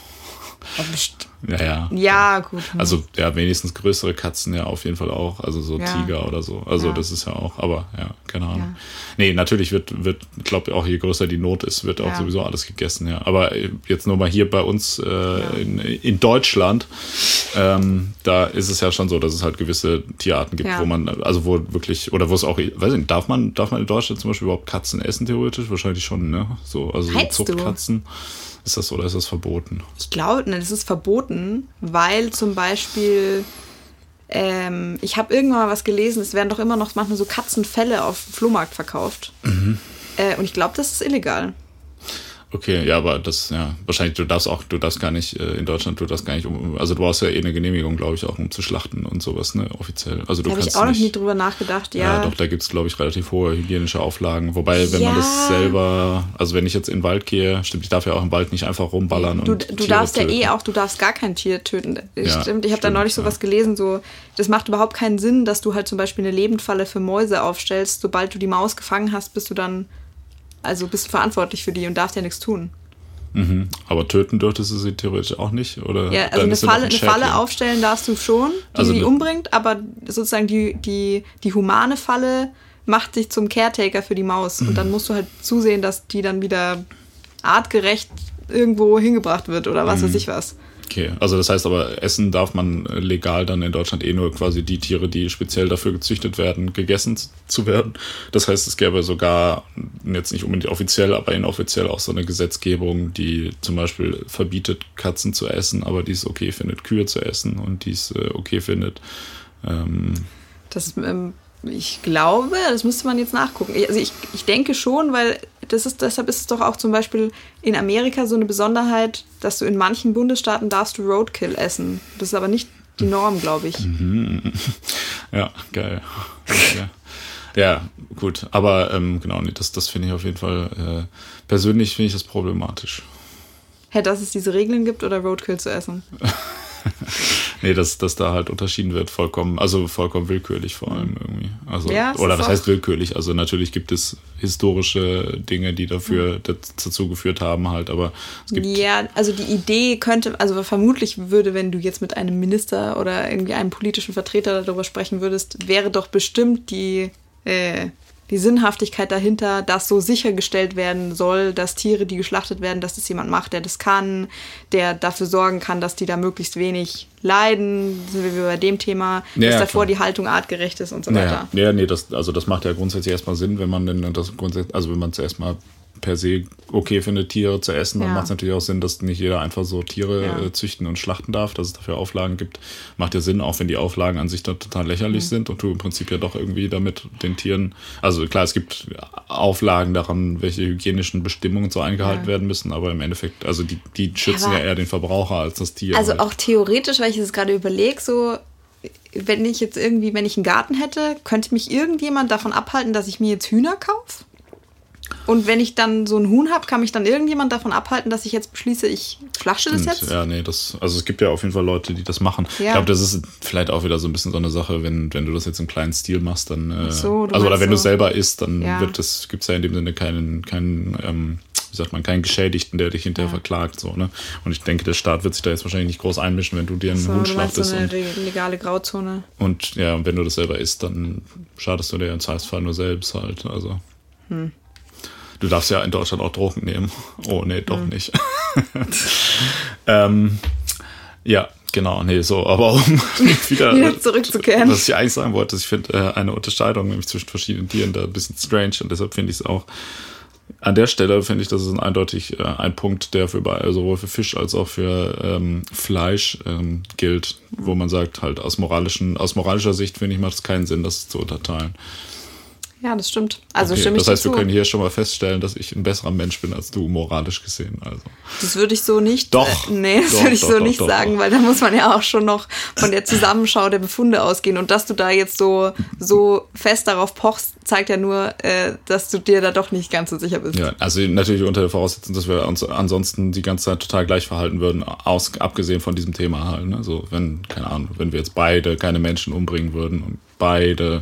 Ja. Ja, gut. Also wenigstens größere Katzen ja auf jeden Fall auch, also so Tiger oder so. Also das ist ja auch, aber keine Ahnung. Ja. Nee, natürlich wird ich glaube auch je größer die Not ist, wird auch sowieso alles gegessen, ja. Aber jetzt nur mal hier bei uns in Deutschland, da ist es ja schon so, dass es halt gewisse Tierarten gibt, wo man, also wo wirklich, oder wo es auch, weiß ich nicht, darf man in Deutschland zum Beispiel überhaupt Katzen essen, theoretisch? Wahrscheinlich schon, ne? So, also Zuchtkatzen. Ist das oder ist das verboten? Ich glaube, das ist verboten, weil zum Beispiel, ich habe irgendwann mal was gelesen, es werden doch immer noch manchmal so Katzenfelle auf dem Flohmarkt verkauft. Und ich glaube, das ist illegal. Okay, ja, aber das, wahrscheinlich, du darfst gar nicht in Deutschland, also du brauchst ja eine Genehmigung, glaube ich, auch um zu schlachten und sowas, ne, offiziell. Also du kannst habe ich auch noch nie drüber nachgedacht, Ja, doch, da gibt's, glaube ich, relativ hohe hygienische Auflagen. Wobei, wenn man das selber, also wenn ich jetzt in den Wald gehe, stimmt, ich darf ja auch im Wald nicht einfach rumballern du darfst töten. Du darfst gar kein Tier töten. Stimmt, ich habe da neulich sowas gelesen, so, das macht überhaupt keinen Sinn, dass du halt zum Beispiel eine Lebendfalle für Mäuse aufstellst. Sobald du die Maus gefangen hast, bist du verantwortlich für die und darfst ja nichts tun. Aber töten dürftest du sie theoretisch auch nicht? Oder ja, also eine Falle aufstellen darfst du schon, die umbringt, aber sozusagen die humane Falle macht sich zum Caretaker für die Maus. Und dann musst du halt zusehen, dass die dann wieder artgerecht irgendwo hingebracht wird oder was weiß ich was. Okay, also das heißt aber, essen darf man legal dann in Deutschland nur quasi die Tiere, die speziell dafür gezüchtet werden, gegessen zu werden. Das heißt, es gäbe sogar, jetzt nicht unbedingt offiziell, aber inoffiziell auch so eine Gesetzgebung, die zum Beispiel verbietet, Katzen zu essen, aber die es okay findet, Kühe zu essen und die es okay findet. Ich glaube, das müsste man jetzt nachgucken. Also ich denke schon, weil deshalb ist es doch auch zum Beispiel in Amerika so eine Besonderheit, dass du in manchen Bundesstaaten darfst du Roadkill essen. Das ist aber nicht die Norm, glaube ich. Ja, geil. Okay. Ja, gut. Aber genau, das finde ich auf jeden Fall, persönlich finde ich das problematisch. Dass es diese Regeln gibt oder Roadkill zu essen? Nee, dass da halt unterschieden wird, vollkommen willkürlich vor allem irgendwie. Also, ja, oder was heißt willkürlich? Also natürlich gibt es historische Dinge, die dazu geführt haben halt, aber es gibt... Ja, also die Idee also vermutlich würde, wenn du jetzt mit einem Minister oder irgendwie einem politischen Vertreter darüber sprechen würdest, wäre doch bestimmt die Sinnhaftigkeit dahinter, dass so sichergestellt werden soll, dass Tiere, die geschlachtet werden, dass das jemand macht, der das kann, der dafür sorgen kann, dass die da möglichst wenig leiden, sind wir bei dem Thema, dass davor die Haltung artgerecht ist und so weiter. Ja, nee, das macht ja grundsätzlich erstmal Sinn, wenn man wenn man zuerst mal per se okay findet, Tiere zu essen, dann macht es natürlich auch Sinn, dass nicht jeder einfach so Tiere züchten und schlachten darf, dass es dafür Auflagen gibt. Macht ja Sinn, auch wenn die Auflagen an sich dann total lächerlich sind und du im Prinzip ja doch irgendwie damit den Tieren, also klar, es gibt Auflagen daran, welche hygienischen Bestimmungen so eingehalten werden müssen, aber im Endeffekt, also die schützen ja eher den Verbraucher als das Tier. Also auch theoretisch, weil ich es gerade überlege, so wenn ich einen Garten hätte, könnte mich irgendjemand davon abhalten, dass ich mir jetzt Hühner kaufe? Und wenn ich dann so ein Huhn habe, kann mich dann irgendjemand davon abhalten, dass ich jetzt beschließe, ich schlachte das jetzt? Ja, nee, also es gibt ja auf jeden Fall Leute, die das machen. Ja. Ich glaube, das ist vielleicht auch wieder so ein bisschen so eine Sache, wenn du das jetzt im kleinen Stil machst, dann oder wenn du selber isst, dann gibt es ja in dem Sinne keinen Geschädigten, der dich hinterher verklagt. So, ne? Und ich denke, der Staat wird sich da jetzt wahrscheinlich nicht groß einmischen, wenn du dir einen Huhn schlachtest. So eine legale Grauzone. Und ja, wenn du das selber isst, dann schadest du dir im Zweifelsfall nur selbst halt. Also. Du darfst ja in Deutschland auch Drogen nehmen. Oh, nee, doch nicht. Ja, genau, nee, so, aber um wieder zurückzukehren. Was ich eigentlich sagen wollte, ich finde eine Unterscheidung nämlich zwischen verschiedenen Tieren da ein bisschen strange und deshalb finde ich es auch, an der Stelle finde ich, das ist eindeutig ein Punkt, der sowohl für Fisch als auch für Fleisch gilt, wo man sagt, halt aus moralischer Sicht, finde ich, macht es keinen Sinn, das zu unterteilen. Ja, das stimmt. Also okay, stimme ich das heißt, dazu. Wir können hier schon mal feststellen, dass ich ein besserer Mensch bin als du, moralisch gesehen. Also. Das würde ich so nicht. Doch. Würde ich so nicht sagen, weil da muss man ja auch schon noch von der Zusammenschau der Befunde ausgehen. Und dass du da jetzt so fest darauf pochst, zeigt ja nur, dass du dir da doch nicht ganz so sicher bist. Ja, also natürlich unter der Voraussetzung, dass wir uns ansonsten die ganze Zeit total gleich verhalten würden, abgesehen von diesem Thema halt. Ne? So, wenn wir jetzt beide keine Menschen umbringen würden und beide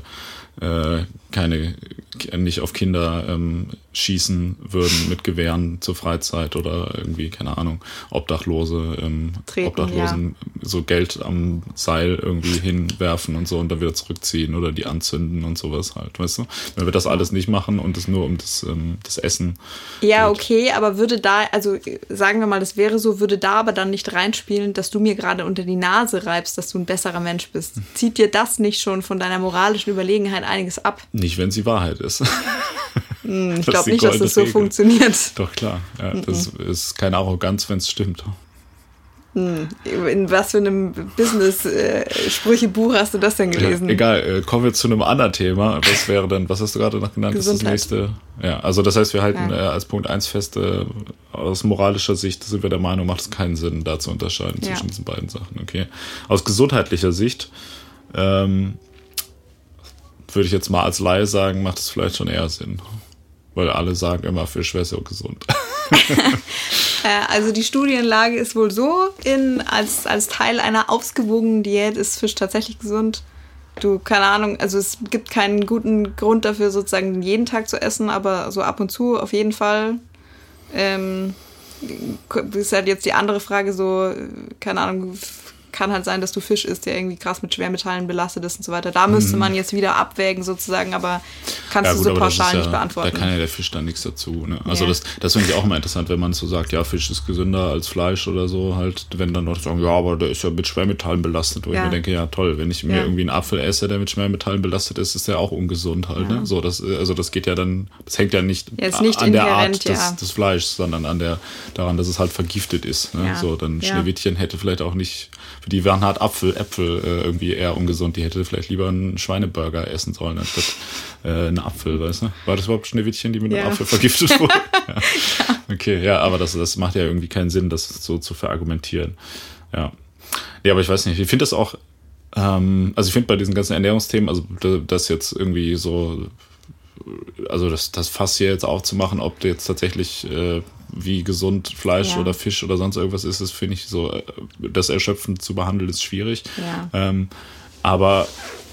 nicht auf Kinder schießen würden mit Gewehren zur Freizeit oder irgendwie, keine Ahnung, Obdachlosen so Geld am Seil irgendwie hinwerfen und so und dann wieder zurückziehen oder die anzünden und sowas halt, weißt du? Wenn wir das alles nicht machen und es nur um das Essen ja, geht. Okay, aber würde da, also sagen wir mal, das wäre so, würde da aber dann nicht reinspielen, dass du mir gerade unter die Nase reibst, dass du ein besserer Mensch bist. Zieht dir das nicht schon von deiner moralischen Überlegenheit einiges ab? Nicht, wenn sie Wahrheit ist. Ich glaube nicht, dass das so funktioniert. Doch, klar. Ja, das ist keine Arroganz, wenn es stimmt. In was für einem Business-Sprüchebuch hast du das denn gelesen? Ja, egal, kommen wir zu einem anderen Thema. Was wäre denn, was hast du gerade noch genannt? Gesundheit. Das ist das nächste. Ja, also das heißt, wir halten als Punkt 1 fest, aus moralischer Sicht sind wir der Meinung, macht es keinen Sinn, da zu unterscheiden zwischen diesen beiden Sachen. Okay. Aus gesundheitlicher Sicht würde ich jetzt mal als Laie sagen, macht es vielleicht schon eher Sinn. Weil alle sagen immer, Fisch wäre so gesund. Also die Studienlage ist wohl so, als Teil einer ausgewogenen Diät ist Fisch tatsächlich gesund. Keine Ahnung, also es gibt keinen guten Grund dafür, sozusagen jeden Tag zu essen, aber so ab und zu auf jeden Fall. ist halt jetzt die andere Frage so, keine Ahnung, kann halt sein, dass du Fisch isst, der irgendwie krass mit Schwermetallen belastet ist und so weiter. Da müsste man jetzt wieder abwägen sozusagen, aber kannst du so pauschal nicht beantworten. Da kann ja der Fisch dann nichts dazu. Ne? Also das finde ich auch immer interessant, wenn man so sagt, ja, Fisch ist gesünder als Fleisch oder so, halt, wenn dann Leute sagen, ja, aber der ist ja mit Schwermetallen belastet, wo ich mir denke, ja toll, wenn ich mir irgendwie einen Apfel esse, der mit Schwermetallen belastet ist, ist der auch ungesund halt. Ne? So, das geht ja dann, das hängt ja nicht an der Art des Fleischs, sondern daran, dass es halt vergiftet ist. Ne? Ja. So, dann Schneewittchen hätte vielleicht auch nicht, für die waren halt Äpfel irgendwie eher ungesund. Die hätte vielleicht lieber einen Schweineburger essen sollen, anstatt einen Apfel, weißt du? War das überhaupt Schneewittchen, die mit einem Apfel vergiftet wurde? Ja. Okay, ja, aber das macht ja irgendwie keinen Sinn, das so zu verargumentieren. Ja. Ja, aber ich weiß nicht, ich finde das auch, also ich finde bei diesen ganzen Ernährungsthemen, also das jetzt irgendwie so, also das Fass hier jetzt aufzumachen, ob jetzt tatsächlich wie gesund Fleisch oder Fisch oder sonst irgendwas ist, das finde ich so, das erschöpfend zu behandeln ist schwierig. Ja. Aber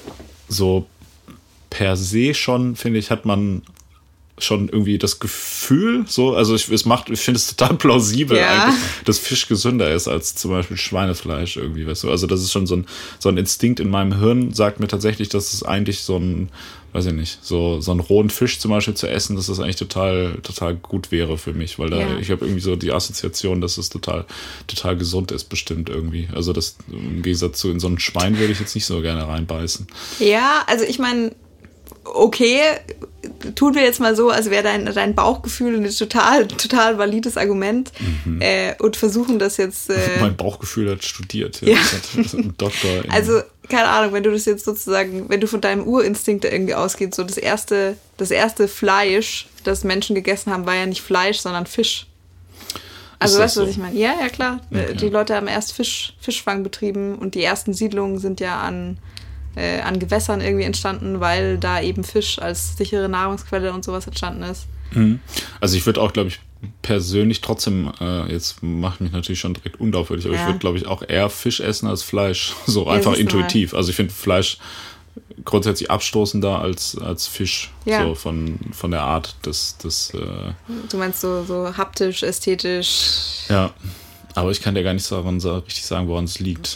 so per se schon, finde ich, hat man schon irgendwie das Gefühl, so, also ich finde es total plausibel eigentlich, dass Fisch gesünder ist als zum Beispiel Schweinefleisch irgendwie, weißt du, also das ist schon so ein Instinkt in meinem Hirn, sagt mir tatsächlich, dass es eigentlich so ein, weiß ich nicht, so einen rohen Fisch zum Beispiel zu essen, dass das eigentlich total gut wäre für mich, weil ich habe irgendwie so die Assoziation, dass es total gesund ist bestimmt irgendwie, also das im Gegensatz zu in so ein Schwein würde ich jetzt nicht so gerne reinbeißen. Ja, also ich meine, okay, tun wir jetzt mal so, als wäre dein Bauchgefühl ein total valides Argument und versuchen das jetzt... mein Bauchgefühl hat studiert. Ja. Das hat ein Doktor. Also, keine Ahnung, wenn du das jetzt sozusagen, wenn du von deinem Urinstinkt irgendwie ausgehst, so das erste Fleisch, das Menschen gegessen haben, war ja nicht Fleisch, sondern Fisch. Also weißt du, was ich meine? Ja, klar. Okay. Die Leute haben erst Fischfang betrieben und die ersten Siedlungen sind ja an Gewässern irgendwie entstanden, weil da eben Fisch als sichere Nahrungsquelle und sowas entstanden ist. Also ich würde auch, glaube ich, persönlich trotzdem, jetzt mache ich mich natürlich schon direkt unglaubwürdig, aber ich würde, glaube ich, auch eher Fisch essen als Fleisch. So einfach intuitiv. Also ich finde Fleisch grundsätzlich abstoßender als Fisch. So von der Art des Du meinst so haptisch, ästhetisch. Ja, aber ich kann dir gar nicht so richtig sagen, woran es liegt.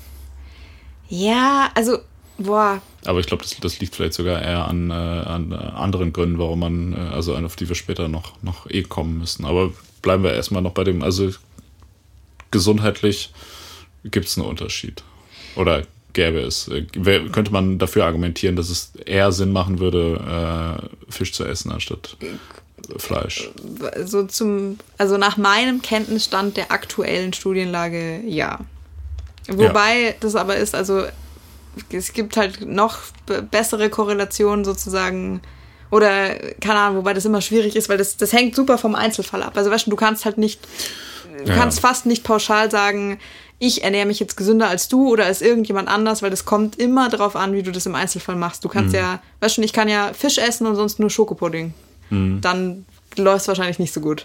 Ja, also aber ich glaube, das liegt vielleicht sogar eher an anderen Gründen, warum man, also auf die wir später noch kommen müssen. Aber bleiben wir erstmal noch bei dem, also gesundheitlich gibt es einen Unterschied. Oder gäbe es. Könnte man dafür argumentieren, dass es eher Sinn machen würde, Fisch zu essen anstatt Fleisch? Also nach meinem Kenntnisstand der aktuellen Studienlage, ja. Wobei das aber ist, also es gibt halt noch bessere Korrelationen sozusagen oder, keine Ahnung, wobei das immer schwierig ist, weil das hängt super vom Einzelfall ab. Also weißt du, du kannst fast nicht pauschal sagen, ich ernähre mich jetzt gesünder als du oder als irgendjemand anders, weil das kommt immer darauf an, wie du das im Einzelfall machst. Du kannst weißt du, ich kann ja Fisch essen und sonst nur Schokopudding. Dann läuft es wahrscheinlich nicht so gut.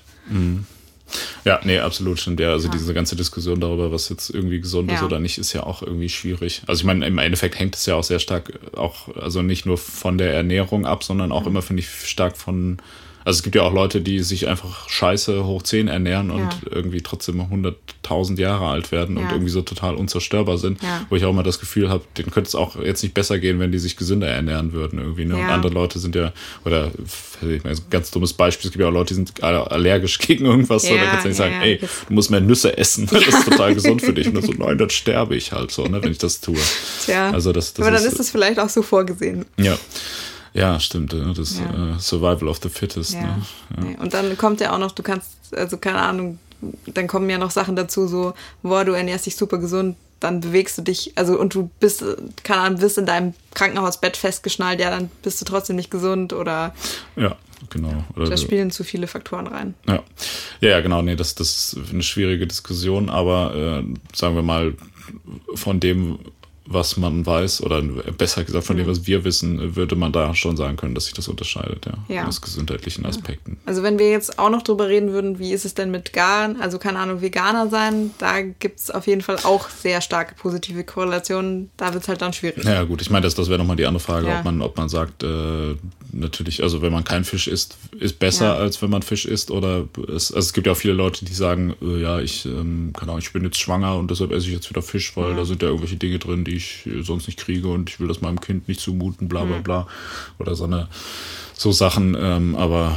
Ja, nee, absolut stimmt. Ja, also diese ganze Diskussion darüber, was jetzt irgendwie gesund ist oder nicht, ist ja auch irgendwie schwierig. Also ich meine, im Endeffekt hängt es ja auch sehr stark auch, also nicht nur von der Ernährung ab, sondern auch immer, finde ich, stark von, also es gibt ja auch Leute, die sich einfach scheiße hoch 10 ernähren und irgendwie trotzdem 100.000 Jahre alt werden und irgendwie so total unzerstörbar sind, wo ich auch immer das Gefühl habe, denen könnte es auch jetzt nicht besser gehen, wenn die sich gesünder ernähren würden irgendwie. Ne? Und andere Leute sind ja, oder ich meine, ein ganz dummes Beispiel, es gibt ja auch Leute, die sind allergisch gegen irgendwas, so, da kannst du nicht sagen, ey, du musst mehr Nüsse essen, das ist total gesund für dich. Und dann so, nein, dann sterbe ich halt so, ne, wenn ich das tue. Tja, also das aber dann ist das vielleicht auch so vorgesehen. Ja, stimmt. Das Survival of the Fittest. Ja. Ne? Ja. Und dann kommt ja auch noch, du kannst, also keine Ahnung, dann kommen ja noch Sachen dazu, so, du ernährst dich super gesund, dann bewegst du dich, also und du bist, keine Ahnung, bist in deinem Krankenhausbett festgeschnallt, ja, dann bist du trotzdem nicht gesund oder... Ja, genau. Oder da spielen zu viele Faktoren rein. Ja, genau, nee, das ist eine schwierige Diskussion, aber sagen wir mal, von dem, was man weiß, oder besser gesagt von dem, was wir wissen, würde man da schon sagen können, dass sich das unterscheidet, aus gesundheitlichen Aspekten. Also wenn wir jetzt auch noch drüber reden würden, wie ist es denn mit also keine Ahnung, Veganer sein, da gibt es auf jeden Fall auch sehr starke positive Korrelationen, da wird es halt dann schwierig. Ja gut, ich meine, das wäre nochmal die andere Frage, ob man sagt, natürlich, also wenn man keinen Fisch isst, ist besser, als wenn man Fisch isst, oder es gibt ja auch viele Leute, die sagen, ich bin jetzt schwanger und deshalb esse ich jetzt wieder Fisch, weil da sind ja irgendwelche Dinge drin, die ich sonst nicht kriege und ich will das meinem Kind nicht zumuten, bla bla bla. Oder so Sachen, aber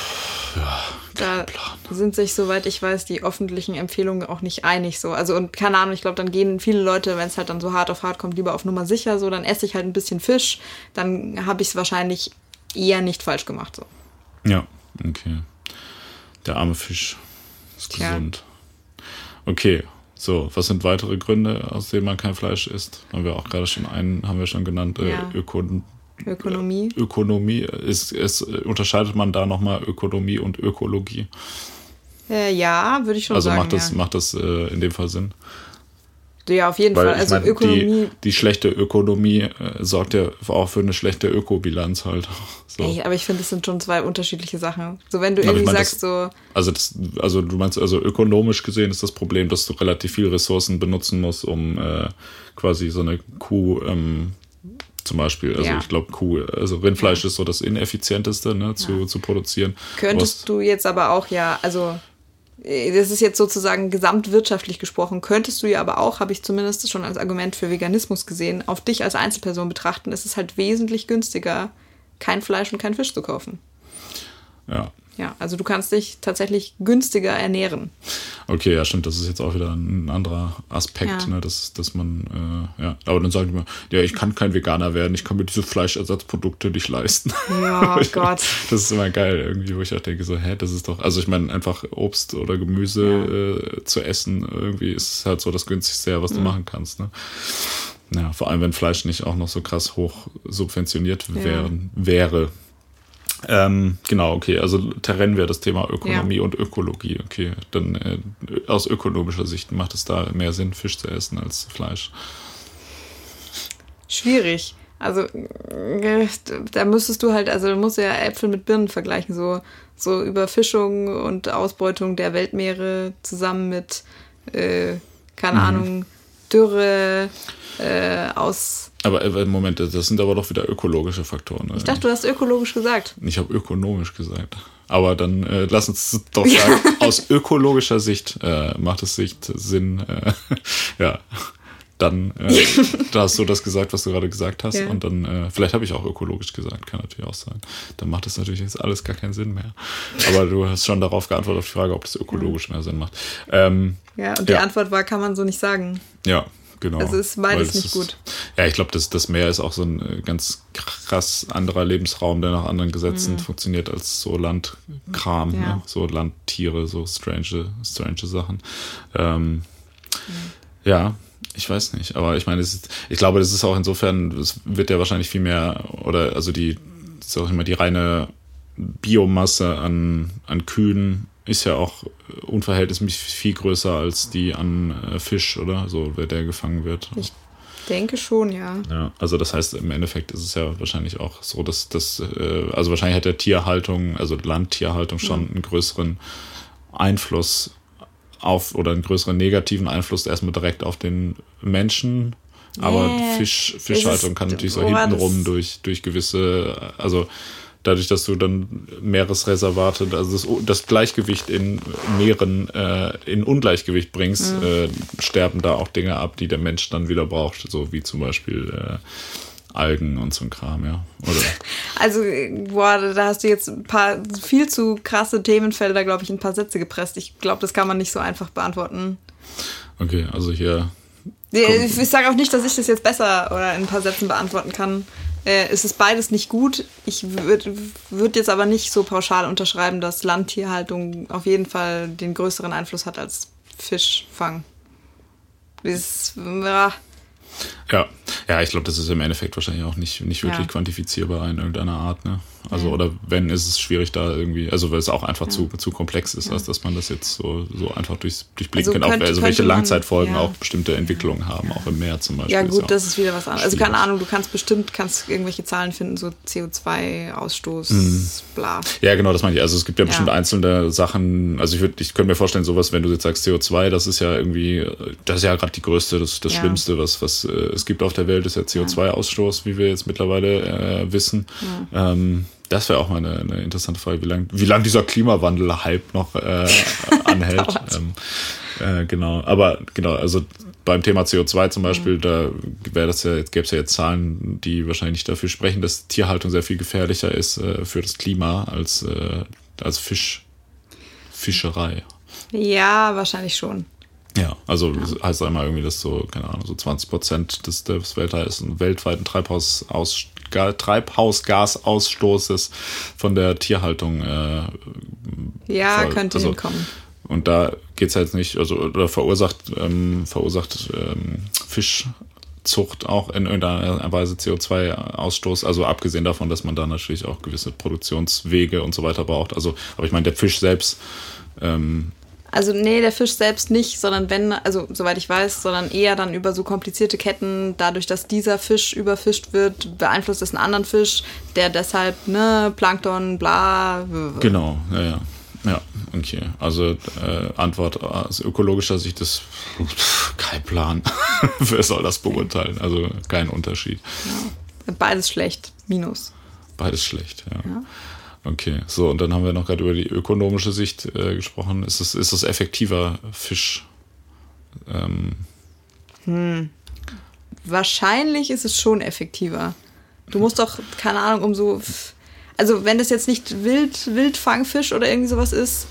da sind sich, soweit ich weiß, die öffentlichen Empfehlungen auch nicht einig so. Also und keine Ahnung, ich glaube, dann gehen viele Leute, wenn es halt dann so hart auf hart kommt, lieber auf Nummer sicher, so, dann esse ich halt ein bisschen Fisch, dann habe ich es wahrscheinlich eher nicht falsch gemacht. So. Ja, okay. Der arme Fisch ist gesund. Okay. So, was sind weitere Gründe, aus denen man kein Fleisch isst? Haben wir auch gerade schon genannt. Ökonomie. Ökonomie. Unterscheidet man da nochmal Ökonomie und Ökologie? Ja, würde ich schon sagen. Also macht das in dem Fall Sinn? Ja, auf jeden Fall. Also Ökonomie. Die schlechte Ökonomie sorgt ja auch für eine schlechte Ökobilanz halt. So. Ey, aber ich finde, das sind schon zwei unterschiedliche Sachen. So, wenn du irgendwie sagst, so. Also du meinst, ökonomisch gesehen ist das Problem, dass du relativ viel Ressourcen benutzen musst, um quasi so eine Kuh zum Beispiel, ich glaube Rindfleisch ist so das ineffizienteste, ne, zu produzieren. Könntest du jetzt aber auch das ist jetzt sozusagen gesamtwirtschaftlich gesprochen, könntest du ja aber auch, habe ich zumindest schon als Argument für Veganismus gesehen, auf dich als Einzelperson betrachten, ist es halt wesentlich günstiger, kein Fleisch und kein Fisch zu kaufen. Ja. Ja, also du kannst dich tatsächlich günstiger ernähren. Okay, ja stimmt, das ist jetzt auch wieder ein anderer Aspekt, ne, dass man, aber dann sagen die mir, ich kann kein Veganer werden, ich kann mir diese Fleischersatzprodukte nicht leisten. Ja, oh Gott. Das ist immer geil irgendwie, wo ich auch denke so, das ist doch, also ich meine, einfach Obst oder Gemüse zu essen, irgendwie ist halt so das Günstigste, was du machen kannst, ne. Ja, vor allem, wenn Fleisch nicht auch noch so krass hoch subventioniert wäre. Genau, okay, also trennen wir das Thema Ökonomie und Ökologie. Okay, dann aus ökonomischer Sicht macht es da mehr Sinn, Fisch zu essen als Fleisch. Schwierig. Also da müsstest du du musst ja Äpfel mit Birnen vergleichen, so Überfischung und Ausbeutung der Weltmeere zusammen mit, keine Ahnung, Dürre, Aber Moment, das sind aber doch wieder ökologische Faktoren. Ne? Ich dachte, du hast ökologisch gesagt. Ich habe ökonomisch gesagt. Aber dann lass uns doch sagen, aus ökologischer Sicht macht es Sinn, dann da hast du das gesagt, was du gerade gesagt hast. Und dann, vielleicht habe ich auch ökologisch gesagt, kann natürlich auch sein. Dann macht es natürlich jetzt alles gar keinen Sinn mehr. Aber du hast schon darauf geantwortet, auf die Frage, ob das ökologisch mehr Sinn macht. Und die Antwort war, kann man so nicht sagen. Ja. Genau. Also ist beides nicht gut. Ja, ich glaube, das Meer ist auch so ein ganz krass anderer Lebensraum, der nach anderen Gesetzen funktioniert als so Landkram, ne? So Landtiere, so strange Sachen. Ja, ich weiß nicht, aber ich meine, ich glaube, das ist auch insofern, es wird ja wahrscheinlich viel mehr, oder also das ist auch immer die reine Biomasse an Kühen ist ja auch unverhältnismäßig viel größer als die an Fisch, oder? So, wer der gefangen wird. Ich denke schon, ja. Ja, also das heißt, im Endeffekt ist es ja wahrscheinlich auch so, dass also wahrscheinlich hat der Tierhaltung, also Landtierhaltung schon einen größeren Einfluss oder einen größeren negativen Einfluss erstmal direkt auf den Menschen. Aber Fischhaltung kann natürlich so hintenrum durch gewisse, also dadurch, dass du dann Meeresreservate, also das Gleichgewicht in Meeren in Ungleichgewicht bringst, sterben da auch Dinge ab, die der Mensch dann wieder braucht, so wie zum Beispiel Algen und so ein Kram, ja. Oder? Also, da hast du jetzt ein paar viel zu krasse Themenfelder, glaube ich, in ein paar Sätze gepresst. Ich glaube, das kann man nicht so einfach beantworten. Okay, also hier... Ich sage auch nicht, dass ich das jetzt besser oder in ein paar Sätzen beantworten kann. Es ist beides nicht gut. Ich würde jetzt aber nicht so pauschal unterschreiben, dass Landtierhaltung auf jeden Fall den größeren Einfluss hat als Fischfang. Ja, ich glaube, das ist im Endeffekt wahrscheinlich auch nicht wirklich quantifizierbar in irgendeiner Art, ne? Also oder wenn, ist es schwierig da irgendwie, also weil es auch einfach zu komplex ist, als dass man das jetzt so einfach durchblicken kann. Also welche Langzeitfolgen auch bestimmte Entwicklungen haben, auch im Meer zum Beispiel. Ja gut, das ist wieder was anderes. Also keine Ahnung, du kannst irgendwelche Zahlen finden, so CO2-Ausstoß, bla. Ja genau, das meine ich. Also es gibt ja bestimmt einzelne Sachen, also ich könnte mir vorstellen, sowas, wenn du jetzt sagst CO2, das ist ja irgendwie, das ist ja gerade die größte, das Schlimmste, was es gibt auf der Welt, ist ja CO2-Ausstoß, wie wir jetzt mittlerweile wissen. Ja. Das wäre auch mal eine interessante Frage, wie lang dieser Klimawandel-Hype noch anhält. Genau, aber genau, also beim Thema CO2 zum Beispiel, da gäbe es ja jetzt Zahlen, die wahrscheinlich dafür sprechen, dass Tierhaltung sehr viel gefährlicher ist für das Klima als Fischerei. Ja, wahrscheinlich schon. Ja, also heißt einmal irgendwie, dass so, keine Ahnung, so 20% des weltweiten Treibhausgasausstoßes von der Tierhaltung könnte hinkommen. Und da geht's halt nicht, also oder verursacht Fischzucht auch in irgendeiner Weise CO2-Ausstoß, also abgesehen davon, dass man da natürlich auch gewisse Produktionswege und so weiter braucht. Also, aber ich meine, der Fisch selbst also nee, der Fisch selbst nicht, sondern soweit ich weiß, sondern eher dann über so komplizierte Ketten, dadurch, dass dieser Fisch überfischt wird, beeinflusst es einen anderen Fisch, der deshalb, Plankton, bla. Genau, ja, okay. Also Antwort aus ökologischer Sicht ist kein Plan. Wer soll das beurteilen? Also kein Unterschied. Ja. Beides schlecht, minus. Beides schlecht, ja. Okay, so, und dann haben wir noch gerade über die ökonomische Sicht gesprochen. Ist es effektiver, Fisch? Wahrscheinlich ist es schon effektiver. Du musst doch, keine Ahnung, also wenn das jetzt nicht Wildfangfisch oder irgendwie sowas ist,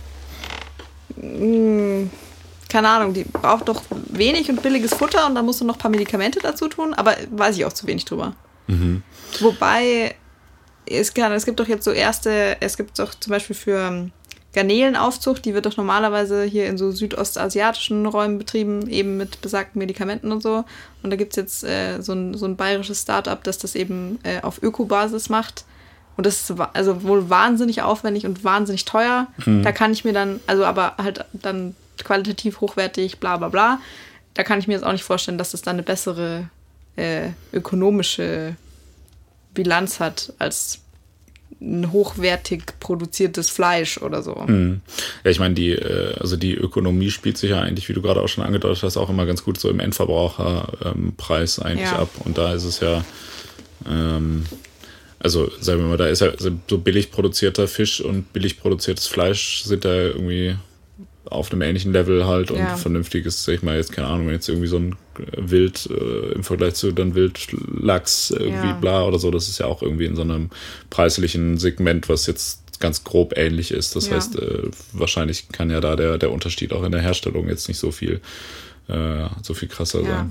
keine Ahnung, die braucht doch wenig und billiges Futter und dann musst du noch ein paar Medikamente dazu tun, aber weiß ich auch zu wenig drüber. Wobei es gibt doch jetzt es gibt doch zum Beispiel für Garnelenaufzucht, die wird doch normalerweise hier in so südostasiatischen Räumen betrieben, eben mit besagten Medikamenten und so. Und da gibt es jetzt so ein bayerisches Start-up, das eben auf Ökobasis macht. Und das ist also wohl wahnsinnig aufwendig und wahnsinnig teuer. Da kann ich mir dann, also aber halt dann qualitativ hochwertig, bla bla bla. Da kann ich mir jetzt auch nicht vorstellen, dass das dann eine bessere ökonomische Bilanz hat als ein hochwertig produziertes Fleisch oder so. Ja, ich meine, die Ökonomie spielt sich ja eigentlich, wie du gerade auch schon angedeutet hast, auch immer ganz gut so im Endverbraucherpreis eigentlich ab. Und da ist es ja, also sagen wir mal, da ist ja so billig produzierter Fisch und billig produziertes Fleisch sind da irgendwie auf einem ähnlichen Level halt und vernünftiges, sag ich mal, jetzt keine Ahnung, wenn jetzt irgendwie so ein Wild im Vergleich zu dann Wildlachs irgendwie bla oder so, das ist ja auch irgendwie in so einem preislichen Segment, was jetzt ganz grob ähnlich ist. Das heißt, wahrscheinlich kann ja da der Unterschied auch in der Herstellung jetzt nicht so viel krasser sein.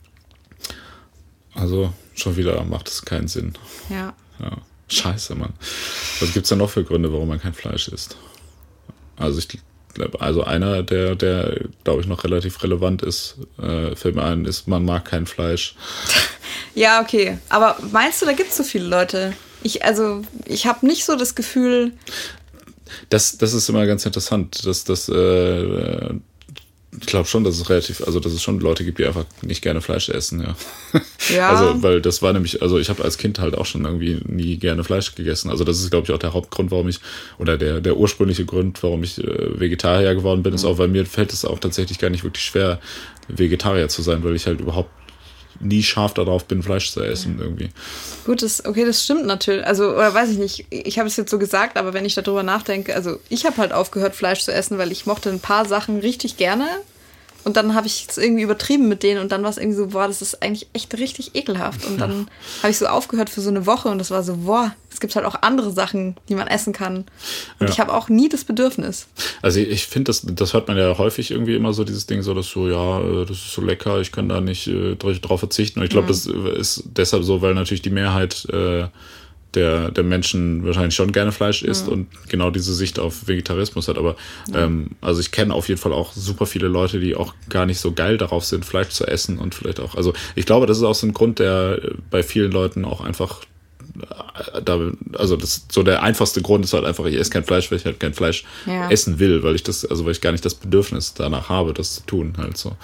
Also schon wieder macht es keinen Sinn. Ja. Scheiße, Mann. Was gibt's denn noch für Gründe, warum man kein Fleisch isst? Also einer, der glaube ich, noch relativ relevant ist, fällt mir ein, ist, man mag kein Fleisch. Ja, okay. Aber meinst du, da gibt es so viele Leute? Ich habe nicht so das Gefühl... Das ist immer ganz interessant, dass ich glaube schon, dass es schon Leute gibt, die einfach nicht gerne Fleisch essen, ja. Also, weil das war nämlich, also ich habe als Kind halt auch schon irgendwie nie gerne Fleisch gegessen. Also das ist, glaube ich, auch der Hauptgrund, oder der ursprüngliche Grund, warum ich Vegetarier geworden bin, ist auch, weil mir fällt es auch tatsächlich gar nicht wirklich schwer, Vegetarier zu sein, weil ich halt überhaupt nie scharf darauf bin, Fleisch zu essen irgendwie. Gut, das stimmt natürlich. Also, oder weiß ich nicht, ich habe es jetzt so gesagt, aber wenn ich darüber nachdenke, also ich habe halt aufgehört, Fleisch zu essen, weil ich mochte ein paar Sachen richtig gerne und dann habe ich es irgendwie übertrieben mit denen und dann war es irgendwie so, boah, das ist eigentlich echt richtig ekelhaft und dann habe ich so aufgehört für so eine Woche und das war so, boah, es gibt halt auch andere Sachen, die man essen kann und ich habe auch nie das Bedürfnis. Also ich finde, das hört man ja häufig irgendwie immer so, dieses Ding so, dass so, ja, das ist so lecker, ich kann da nicht drauf verzichten und ich glaube, das ist deshalb so, weil natürlich die Mehrheit der Menschen wahrscheinlich schon gerne Fleisch isst und genau diese Sicht auf Vegetarismus hat. Aber also ich kenne auf jeden Fall auch super viele Leute, die auch gar nicht so geil darauf sind, Fleisch zu essen und vielleicht auch, also ich glaube, das ist auch so ein Grund, der bei vielen Leuten auch einfach also das so der einfachste Grund ist halt einfach, ich esse kein Fleisch, weil ich halt kein Fleisch essen will, weil ich gar nicht das Bedürfnis danach habe, das zu tun, halt so.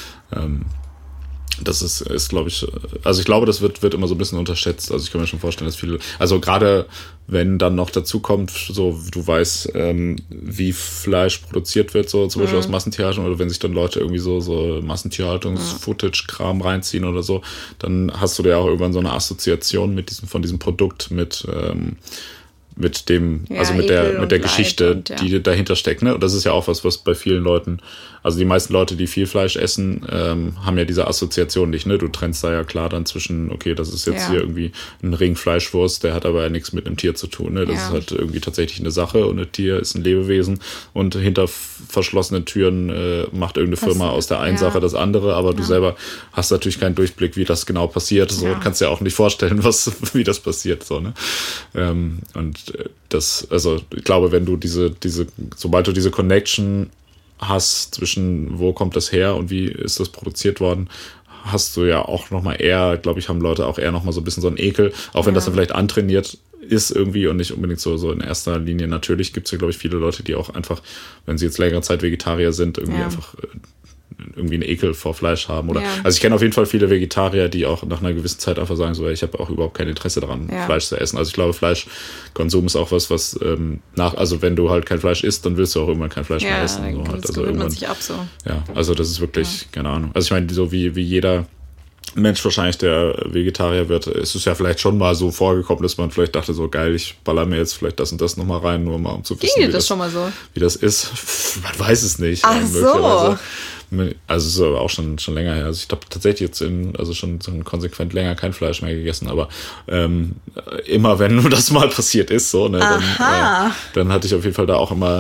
Das ist glaube ich, also ich glaube, das wird immer so ein bisschen unterschätzt. Also ich kann mir schon vorstellen, dass viele, also gerade wenn dann noch dazu kommt, so du weißt, wie Fleisch produziert wird, so zum Beispiel aus Massentierhaltung, oder wenn sich dann Leute irgendwie so Massentierhaltungs-Footage-Kram reinziehen oder so, dann hast du ja auch irgendwann so eine Assoziation von diesem Produkt mit dem, also mit der Geschichte, die dahinter steckt, ne? Und das ist ja auch was bei vielen Leuten, also die meisten Leute, die viel Fleisch essen, haben ja diese Assoziation nicht, ne? Du trennst da ja klar dann zwischen, okay, das ist jetzt hier irgendwie ein Ring Fleischwurst, der hat aber ja nichts mit einem Tier zu tun, ne? Das ist halt irgendwie tatsächlich eine Sache und ein Tier ist ein Lebewesen und hinter verschlossenen Türen macht irgendeine Firma aus der einen Sache das andere, aber du selber hast natürlich keinen Durchblick, wie das genau passiert, so kannst dir auch nicht vorstellen, wie das passiert, so, ne? Und das, also ich glaube, wenn du sobald du diese Connection hast zwischen wo kommt das her und wie ist das produziert worden, hast du ja auch nochmal eher, glaube ich, haben Leute auch eher nochmal so ein bisschen so einen Ekel, auch wenn das dann vielleicht antrainiert ist irgendwie und nicht unbedingt so in erster Linie. Natürlich gibt es ja, glaube ich, viele Leute, die auch einfach, wenn sie jetzt längere Zeit Vegetarier sind, irgendwie einfach irgendwie einen Ekel vor Fleisch haben. Oder also ich kenne auf jeden Fall viele Vegetarier, die auch nach einer gewissen Zeit einfach sagen, so, ich habe auch überhaupt kein Interesse daran, Fleisch zu essen. Also ich glaube, Fleischkonsum ist auch was also wenn du halt kein Fleisch isst, dann willst du auch irgendwann kein Fleisch mehr essen. So halt. Das gewöhnt man sich ab so. Ja, also das ist wirklich, keine Ahnung. Also ich meine, so wie jeder Mensch wahrscheinlich, der Vegetarier wird, ist es ja vielleicht schon mal so vorgekommen, dass man vielleicht dachte, so geil, ich baller mir jetzt vielleicht das und das nochmal rein, nur mal um zu wissen, wie das ist. Man weiß es nicht. Ach so. Also es ist aber auch schon länger her. Also ich habe tatsächlich jetzt schon konsequent länger kein Fleisch mehr gegessen, aber immer wenn nur das mal passiert ist, so, ne, dann hatte ich auf jeden Fall da auch immer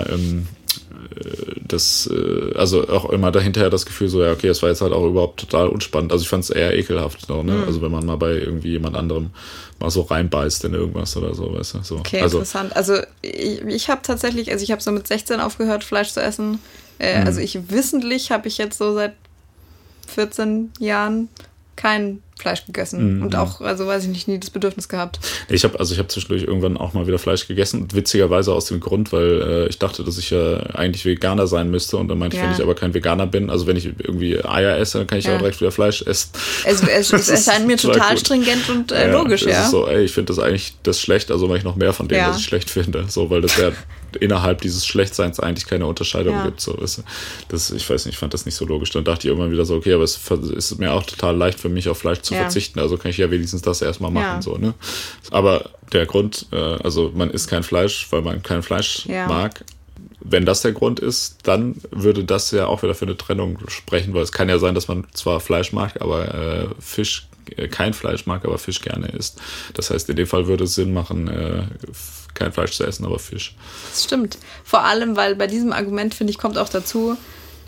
also auch immer dahinterher das Gefühl so, ja, okay, das war jetzt halt auch überhaupt total unspannend. Also ich fand es eher ekelhaft, so, ne? Also wenn man mal bei irgendwie jemand anderem mal so reinbeißt in irgendwas oder so, weißt du. So. Okay, also, interessant. Also ich habe tatsächlich, ich habe so mit 16 aufgehört, Fleisch zu essen. Also wissentlich habe ich jetzt so seit 14 Jahren kein Fleisch gegessen und auch, also weiß ich nicht, nie das Bedürfnis gehabt. Ich habe zwischendurch irgendwann auch mal wieder Fleisch gegessen, witzigerweise aus dem Grund, weil ich dachte, dass ich ja eigentlich Veganer sein müsste und dann meinte ich, wenn ich aber kein Veganer bin, also wenn ich irgendwie Eier esse, dann kann ich auch direkt wieder Fleisch essen. Es erscheint mir total stringent und logisch, Es ist so, ich finde das eigentlich das schlecht, also mache ich noch mehr von dem, was ich schlecht finde, so, weil das ja innerhalb dieses Schlechtseins eigentlich keine Unterscheidung gibt, so, weißt du. Ich weiß nicht, ich fand das nicht so logisch. Dann dachte ich irgendwann wieder so, okay, aber es ist mir auch total leicht für mich auf Fleisch zu verzichten, also kann ich ja wenigstens das erstmal machen, so, ne. Aber der Grund, also man isst kein Fleisch, weil man kein Fleisch mag. Wenn das der Grund ist, dann würde das ja auch wieder für eine Trennung sprechen, weil es kann ja sein, dass man zwar Fleisch mag, aber kein Fleisch mag, aber Fisch gerne isst. Das heißt, in dem Fall würde es Sinn machen, kein Fleisch zu essen, aber Fisch. Das stimmt. Vor allem, weil bei diesem Argument, finde ich, kommt auch dazu,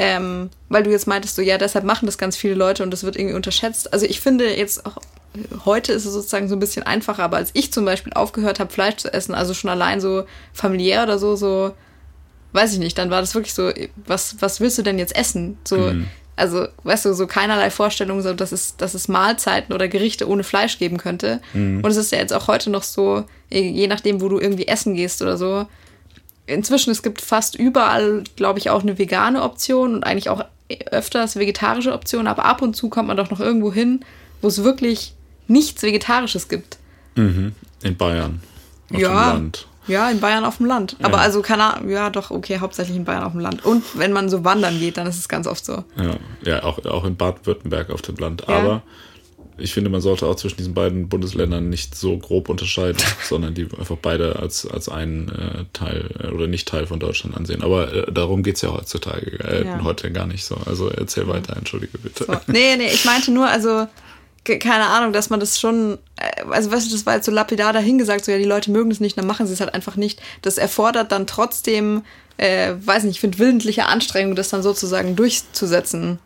weil du jetzt meintest, so, ja, deshalb machen das ganz viele Leute und das wird irgendwie unterschätzt. Also ich finde jetzt auch, heute ist es sozusagen so ein bisschen einfacher, aber als ich zum Beispiel aufgehört habe, Fleisch zu essen, also schon allein so familiär oder so, weiß ich nicht, dann war das wirklich so, was willst du denn jetzt essen? So, also, weißt du, so keinerlei Vorstellung, so, dass es Mahlzeiten oder Gerichte ohne Fleisch geben könnte. Und es ist ja jetzt auch heute noch so, je nachdem, wo du irgendwie essen gehst oder so. Inzwischen, es gibt fast überall, glaube ich, auch eine vegane Option und eigentlich auch öfters vegetarische Optionen, aber ab und zu kommt man doch noch irgendwo hin, wo es wirklich nichts Vegetarisches gibt. In Bayern. Auf dem Land. Ja, in Bayern auf dem Land. Ja. Aber also, keine Ahnung, ja doch, okay, hauptsächlich in Bayern auf dem Land. Und wenn man so wandern geht, dann ist es ganz oft so. Ja, auch in Baden-Württemberg auf dem Land. Ja. Aber ich finde, man sollte auch zwischen diesen beiden Bundesländern nicht so grob unterscheiden, sondern die einfach beide als einen Teil oder nicht Teil von Deutschland ansehen. Aber darum geht's ja heutzutage, heute gar nicht so. Also erzähl weiter, entschuldige bitte. So. Nee, ich meinte nur, also keine Ahnung, dass man das schon, also weißt du, das war jetzt so lapidar dahingesagt, so ja, die Leute mögen es nicht, dann machen sie es halt einfach nicht. Das erfordert dann trotzdem, weiß nicht, ich finde willentliche Anstrengung, das dann sozusagen durchzusetzen.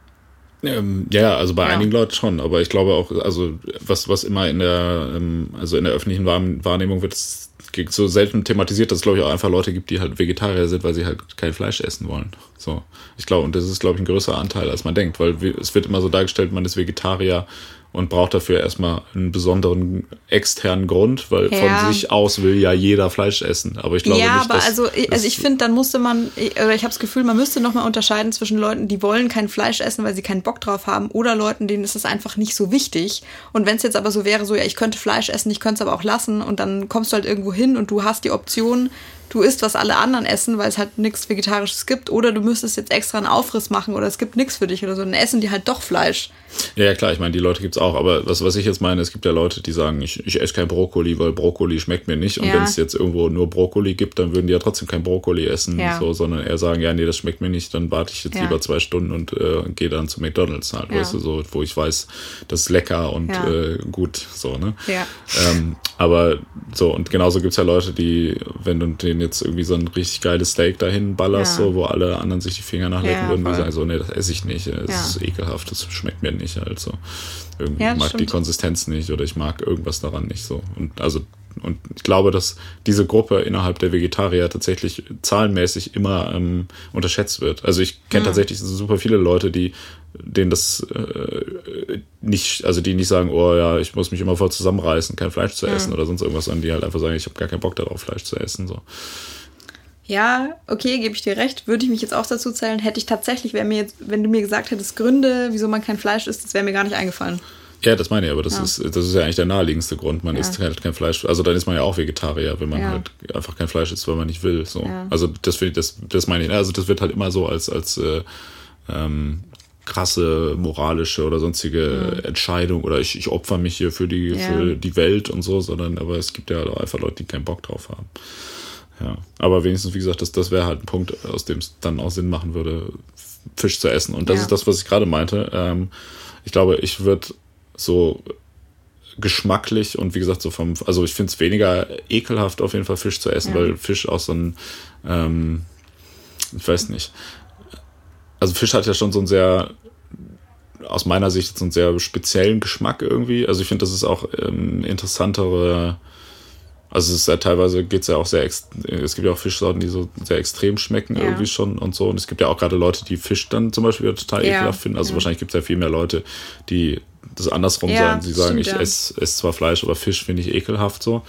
Ja, also bei einigen Leuten schon, aber ich glaube auch, also was immer in der öffentlichen Wahrnehmung wird so selten thematisiert, dass es glaube ich auch einfach Leute gibt, die halt Vegetarier sind, weil sie halt kein Fleisch essen wollen. So, ich glaube, und das ist, glaube ich, ein größerer Anteil, als man denkt, weil es wird immer so dargestellt, man ist Vegetarier und braucht dafür erstmal einen besonderen externen Grund, weil von sich aus will ja jeder Fleisch essen. Aber ich glaube nicht, aber also ich finde, dann musste man, oder ich habe das Gefühl, man müsste nochmal unterscheiden zwischen Leuten, die wollen kein Fleisch essen, weil sie keinen Bock drauf haben, oder Leuten, denen ist es einfach nicht so wichtig. Und wenn es jetzt aber so wäre, so, ja, ich könnte Fleisch essen, ich könnte es aber auch lassen, und dann kommst du halt irgendwo hin und du hast die Option, du isst, was alle anderen essen, weil es halt nichts Vegetarisches gibt, oder du müsstest jetzt extra einen Aufriss machen oder es gibt nichts für dich oder so, dann essen die halt doch Fleisch. Ja, klar, ich meine, die Leute gibt's auch, aber was ich jetzt meine, es gibt ja Leute, die sagen, ich esse kein Brokkoli, weil Brokkoli schmeckt mir nicht, und wenn es jetzt irgendwo nur Brokkoli gibt, dann würden die ja trotzdem kein Brokkoli essen, so, sondern eher sagen, ja, nee, das schmeckt mir nicht, dann warte ich jetzt lieber 2 Stunden und gehe dann zu McDonald's halt, weißt du, so, wo ich weiß, das ist lecker und gut, so, ne? Ja. Aber so, und genauso gibt's ja Leute, die, wenn du denen jetzt irgendwie so ein richtig geiles Steak dahin ballerst, so, wo alle anderen sich die Finger nachlecken würden, die sagen so, nee, das esse ich nicht, das ist ekelhaft, das schmeckt mir nicht, halt so. Irgendwie mag die Konsistenz nicht oder ich mag irgendwas daran nicht, so. Und ich glaube, dass diese Gruppe innerhalb der Vegetarier tatsächlich zahlenmäßig immer unterschätzt wird. Also ich kenne tatsächlich super viele Leute, denen das nicht, also die nicht sagen, oh ja, ich muss mich immer voll zusammenreißen, kein Fleisch zu essen oder sonst irgendwas, sondern die halt einfach sagen, ich habe gar keinen Bock darauf, Fleisch zu essen, so. Ja, okay, gebe ich dir recht. Würde ich mich jetzt auch dazu zählen, hätte ich tatsächlich, wenn du mir gesagt hättest, Gründe, wieso man kein Fleisch isst, das wäre mir gar nicht eingefallen. Ja, das meine ich, aber das ist ja eigentlich der naheliegendste Grund. Man isst halt kein Fleisch. Also dann ist man ja auch Vegetarier, wenn man halt einfach kein Fleisch isst, weil man nicht will. So. Ja. Also das meine ich. Also das wird halt immer so als krasse moralische oder sonstige Entscheidung oder ich opfer mich hier für die Welt und so, aber es gibt ja auch einfach Leute, die keinen Bock drauf haben. Ja, aber wenigstens, wie gesagt, das wäre halt ein Punkt, aus dem es dann auch Sinn machen würde, Fisch zu essen. Und das ist das, was ich gerade meinte. Ich glaube, ich würde so geschmacklich und wie gesagt, also ich finde es weniger ekelhaft, auf jeden Fall Fisch zu essen, weil Fisch auch so ein, ich weiß nicht, also Fisch hat ja schon so einen sehr, aus meiner Sicht, so einen sehr speziellen Geschmack irgendwie. Also ich finde, das ist auch interessantere. Also es ist ja teilweise geht's ja auch es gibt ja auch Fischsorten, die so sehr extrem schmecken irgendwie schon und so. Und es gibt ja auch gerade Leute, die Fisch dann zum Beispiel total ekelhaft finden. Also wahrscheinlich gibt es ja viel mehr Leute, die das andersrum sein. Die sagen, ich esse zwar Fleisch, aber Fisch finde ich ekelhaft so.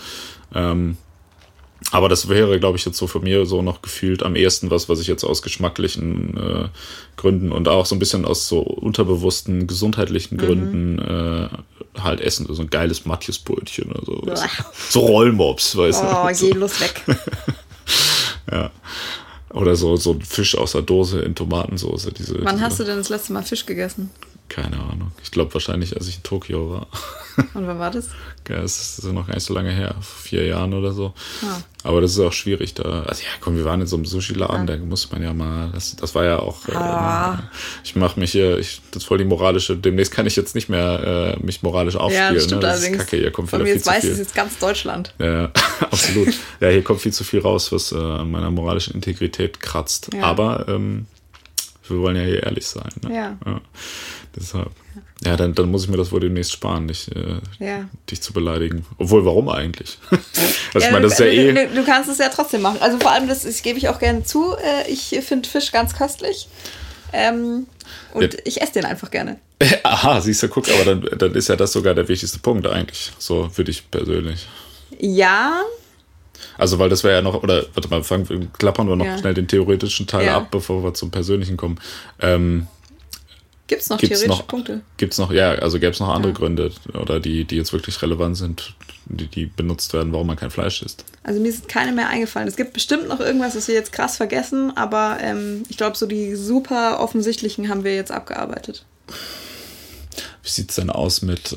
Aber das wäre, glaube ich, jetzt so von mir so noch gefühlt am ehesten was ich jetzt aus geschmacklichen Gründen und auch so ein bisschen aus so unterbewussten gesundheitlichen Gründen halt essen. So ein geiles Matjesbrötchen oder so. So Rollmops, weißt du. Oh, geh los weg. Ja. Oder so ein Fisch aus der Dose in Tomatensauce. Wann hast du denn das letzte Mal Fisch gegessen? Keine Ahnung. Ich glaube wahrscheinlich, als ich in Tokio war. Und wann war das? Ja, das ist noch gar nicht so lange her. Vor 4 Jahren oder so. Ah. Aber das ist auch schwierig da. Also ja, komm, wir waren in so einem Sushi-Laden, da muss man ja mal, das war ja auch, ich mache mich hier, das ist voll die moralische, demnächst kann ich jetzt nicht mehr mich moralisch aufspielen. Ja, das stimmt, das ist Kacke, hier kommt wieder viel zu viel. Jetzt ist ganz Deutschland. Ja, absolut. Ja, hier kommt viel zu viel raus, was an meiner moralischen Integrität kratzt. Ja. Aber wir wollen ja hier ehrlich sein. Ne? Ja. Deshalb. Ja, dann muss ich mir das wohl demnächst sparen, dich zu beleidigen. Obwohl, warum eigentlich? Also ich meine, das ist ja du kannst es ja trotzdem machen. Also vor allem, das gebe ich auch gerne zu, ich finde Fisch ganz köstlich. Und ich esse den einfach gerne. Aha, siehst du, guck, aber dann ist ja das sogar der wichtigste Punkt eigentlich, so für dich persönlich. Ja. Also, weil das wäre ja noch, oder warte mal, klappern wir noch schnell den theoretischen Teil ab, bevor wir zum Persönlichen kommen. Gibt es noch theoretische Punkte? Gibt's noch, also gäbe es noch andere Gründe, oder die jetzt wirklich relevant sind, die benutzt werden, warum man kein Fleisch isst? Also mir sind keine mehr eingefallen. Es gibt bestimmt noch irgendwas, was wir jetzt krass vergessen, aber ich glaube, so die super offensichtlichen haben wir jetzt abgearbeitet. Wie sieht es denn aus mit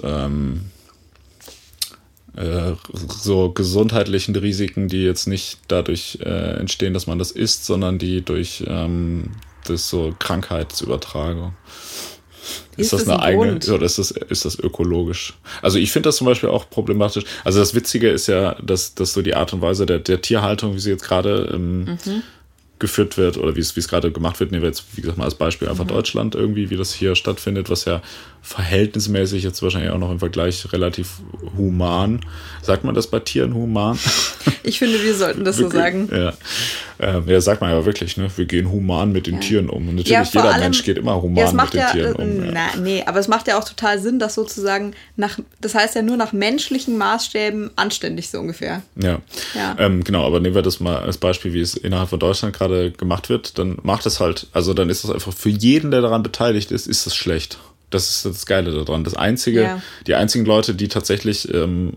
so gesundheitlichen Risiken, die jetzt nicht dadurch entstehen, dass man das isst, sondern die durch das so Krankheitsübertragung. Ist das eine eigene, oder ist das ökologisch? Also ich finde das zum Beispiel auch problematisch. Also das Witzige ist ja, dass so die Art und Weise der Tierhaltung, wie sie jetzt gerade geführt wird, oder wie es gerade gemacht wird, nehmen wir jetzt, wie gesagt, mal als Beispiel einfach Deutschland irgendwie, wie das hier stattfindet, was ja verhältnismäßig jetzt wahrscheinlich auch noch im Vergleich relativ human. Sagt man das bei Tieren human? Ich finde, wir sollten das so sagen. Ja, sagt man ja wirklich, ne? Wir gehen human mit den Tieren um. Und natürlich, jeder Mensch geht immer human mit den Tieren um. Nee, aber es macht ja auch total Sinn, dass sozusagen das heißt ja nur nach menschlichen Maßstäben anständig so ungefähr. Ja. Genau, aber nehmen wir das mal als Beispiel, wie es innerhalb von Deutschland gerade gemacht wird, dann macht es halt, also dann ist das einfach für jeden, der daran beteiligt ist das schlecht. Das ist das Geile daran. Die einzigen Leute, die tatsächlich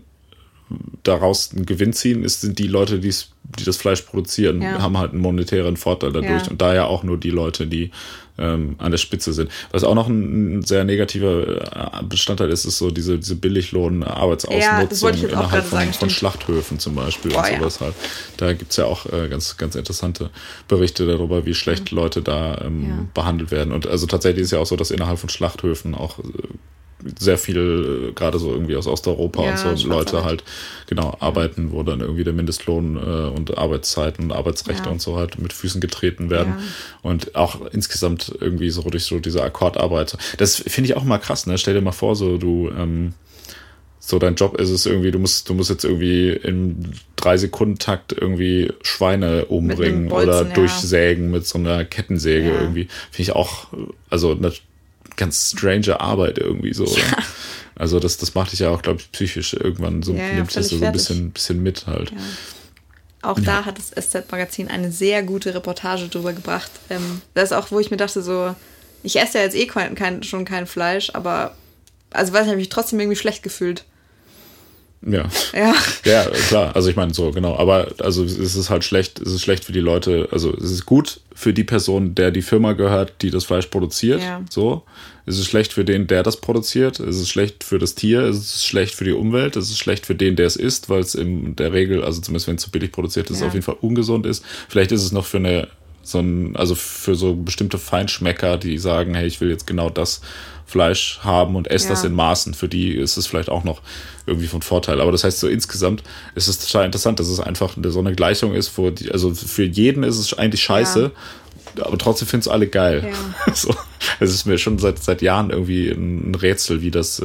daraus einen Gewinn ziehen, sind die Leute, die das Fleisch produzieren, haben halt einen monetären Vorteil dadurch. Und daher auch nur die Leute, die an der Spitze sind. Was auch noch ein sehr negativer Bestandteil ist so diese Billiglohn-Arbeitsausnutzung innerhalb von Schlachthöfen zum Beispiel und sowas halt. Da gibt es ja auch ganz, ganz interessante Berichte darüber, wie schlecht Leute da behandelt werden. Und also tatsächlich ist es ja auch so, dass innerhalb von Schlachthöfen auch sehr viel, gerade so irgendwie aus Osteuropa und so Leute halt arbeiten, wo dann irgendwie der Mindestlohn und Arbeitszeiten und Arbeitsrechte und so halt mit Füßen getreten werden. Und auch insgesamt irgendwie so durch so diese Akkordarbeit. Das finde ich auch mal krass, ne? Stell dir mal vor, so du so dein Job ist es irgendwie, du musst jetzt irgendwie im 3-Sekunden-Takt irgendwie Schweine umbringen Bolzen, oder durchsägen mit so einer Kettensäge irgendwie. Finde ich auch, also ganz strange Arbeit irgendwie so. Ja. Also das macht dich ja auch, glaube ich, psychisch irgendwann so, nimmst du so ein bisschen mit halt. Ja. Auch da hat das SZ-Magazin eine sehr gute Reportage drüber gebracht. Das ist auch, wo ich mir dachte so, ich esse ja jetzt schon kein Fleisch, aber also weiß ich, habe mich trotzdem irgendwie schlecht gefühlt. Ja, klar. Also ich meine so, genau. Aber also es ist halt schlecht, für die Leute, also es ist gut für die Person, der die Firma gehört, die das Fleisch produziert. Ja. So. Es ist schlecht für den, der das produziert. Es ist schlecht für das Tier. Es ist schlecht für die Umwelt. Es ist schlecht für den, der es isst, weil es in der Regel, also zumindest wenn es zu billig produziert ist, auf jeden Fall ungesund ist. Vielleicht ist es noch für für so bestimmte Feinschmecker, die sagen, hey, ich will jetzt genau das Fleisch haben und esse das in Maßen. Für die ist es vielleicht auch noch irgendwie von Vorteil. Aber das heißt, so insgesamt ist es total interessant, dass es einfach so eine Gleichung ist, also für jeden ist es eigentlich scheiße, aber trotzdem finden es alle geil. Ja. So, es ist mir schon seit Jahren irgendwie ein Rätsel, wie das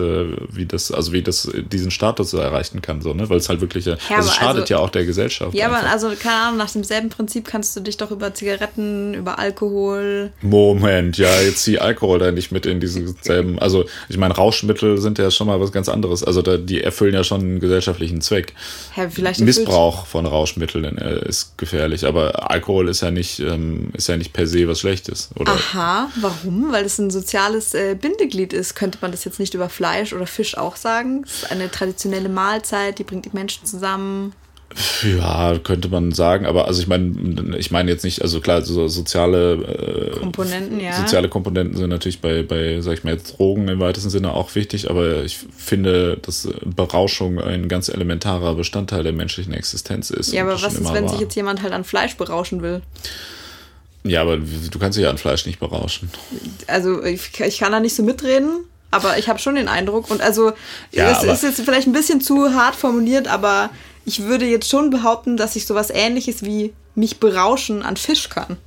diesen Status so erreichen kann, so, ne? Weil es halt wirklich, es schadet ja auch der Gesellschaft. Ja, aber also, keine Ahnung, nach demselben Prinzip kannst du dich doch über Zigaretten, über Alkohol. Moment, jetzt zieh Alkohol da nicht mit in diesen selben, also ich meine, Rauschmittel sind ja schon mal was ganz anderes. Also die erfüllen ja schon einen gesellschaftlichen Zweck. Ja, vielleicht Missbrauch von Rauschmitteln ist gefährlich, aber Alkohol ist ja nicht per se was Schlechtes, oder? Aha, warum? Weil es ein soziales Bindeglied ist. Könnte man das jetzt nicht über Fleisch oder Fisch auch sagen? Es ist eine traditionelle Mahlzeit, die bringt die Menschen zusammen. Ja, könnte man sagen, aber also ich meine jetzt nicht, also klar, so soziale Komponenten, soziale Komponenten sind natürlich bei, sag ich mal jetzt, Drogen im weitesten Sinne auch wichtig, aber ich finde, dass Berauschung ein ganz elementarer Bestandteil der menschlichen Existenz ist. Ja, aber was ist, wenn sich jetzt jemand halt an Fleisch berauschen will? Ja, aber du kannst dich ja an Fleisch nicht berauschen. Also ich kann da nicht so mitreden, aber ich habe schon den Eindruck, und also es ist jetzt vielleicht ein bisschen zu hart formuliert, aber ich würde jetzt schon behaupten, dass ich sowas Ähnliches wie mich berauschen an Fisch kann.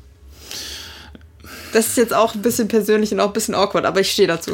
Das ist jetzt auch ein bisschen persönlich und auch ein bisschen awkward, aber ich stehe dazu.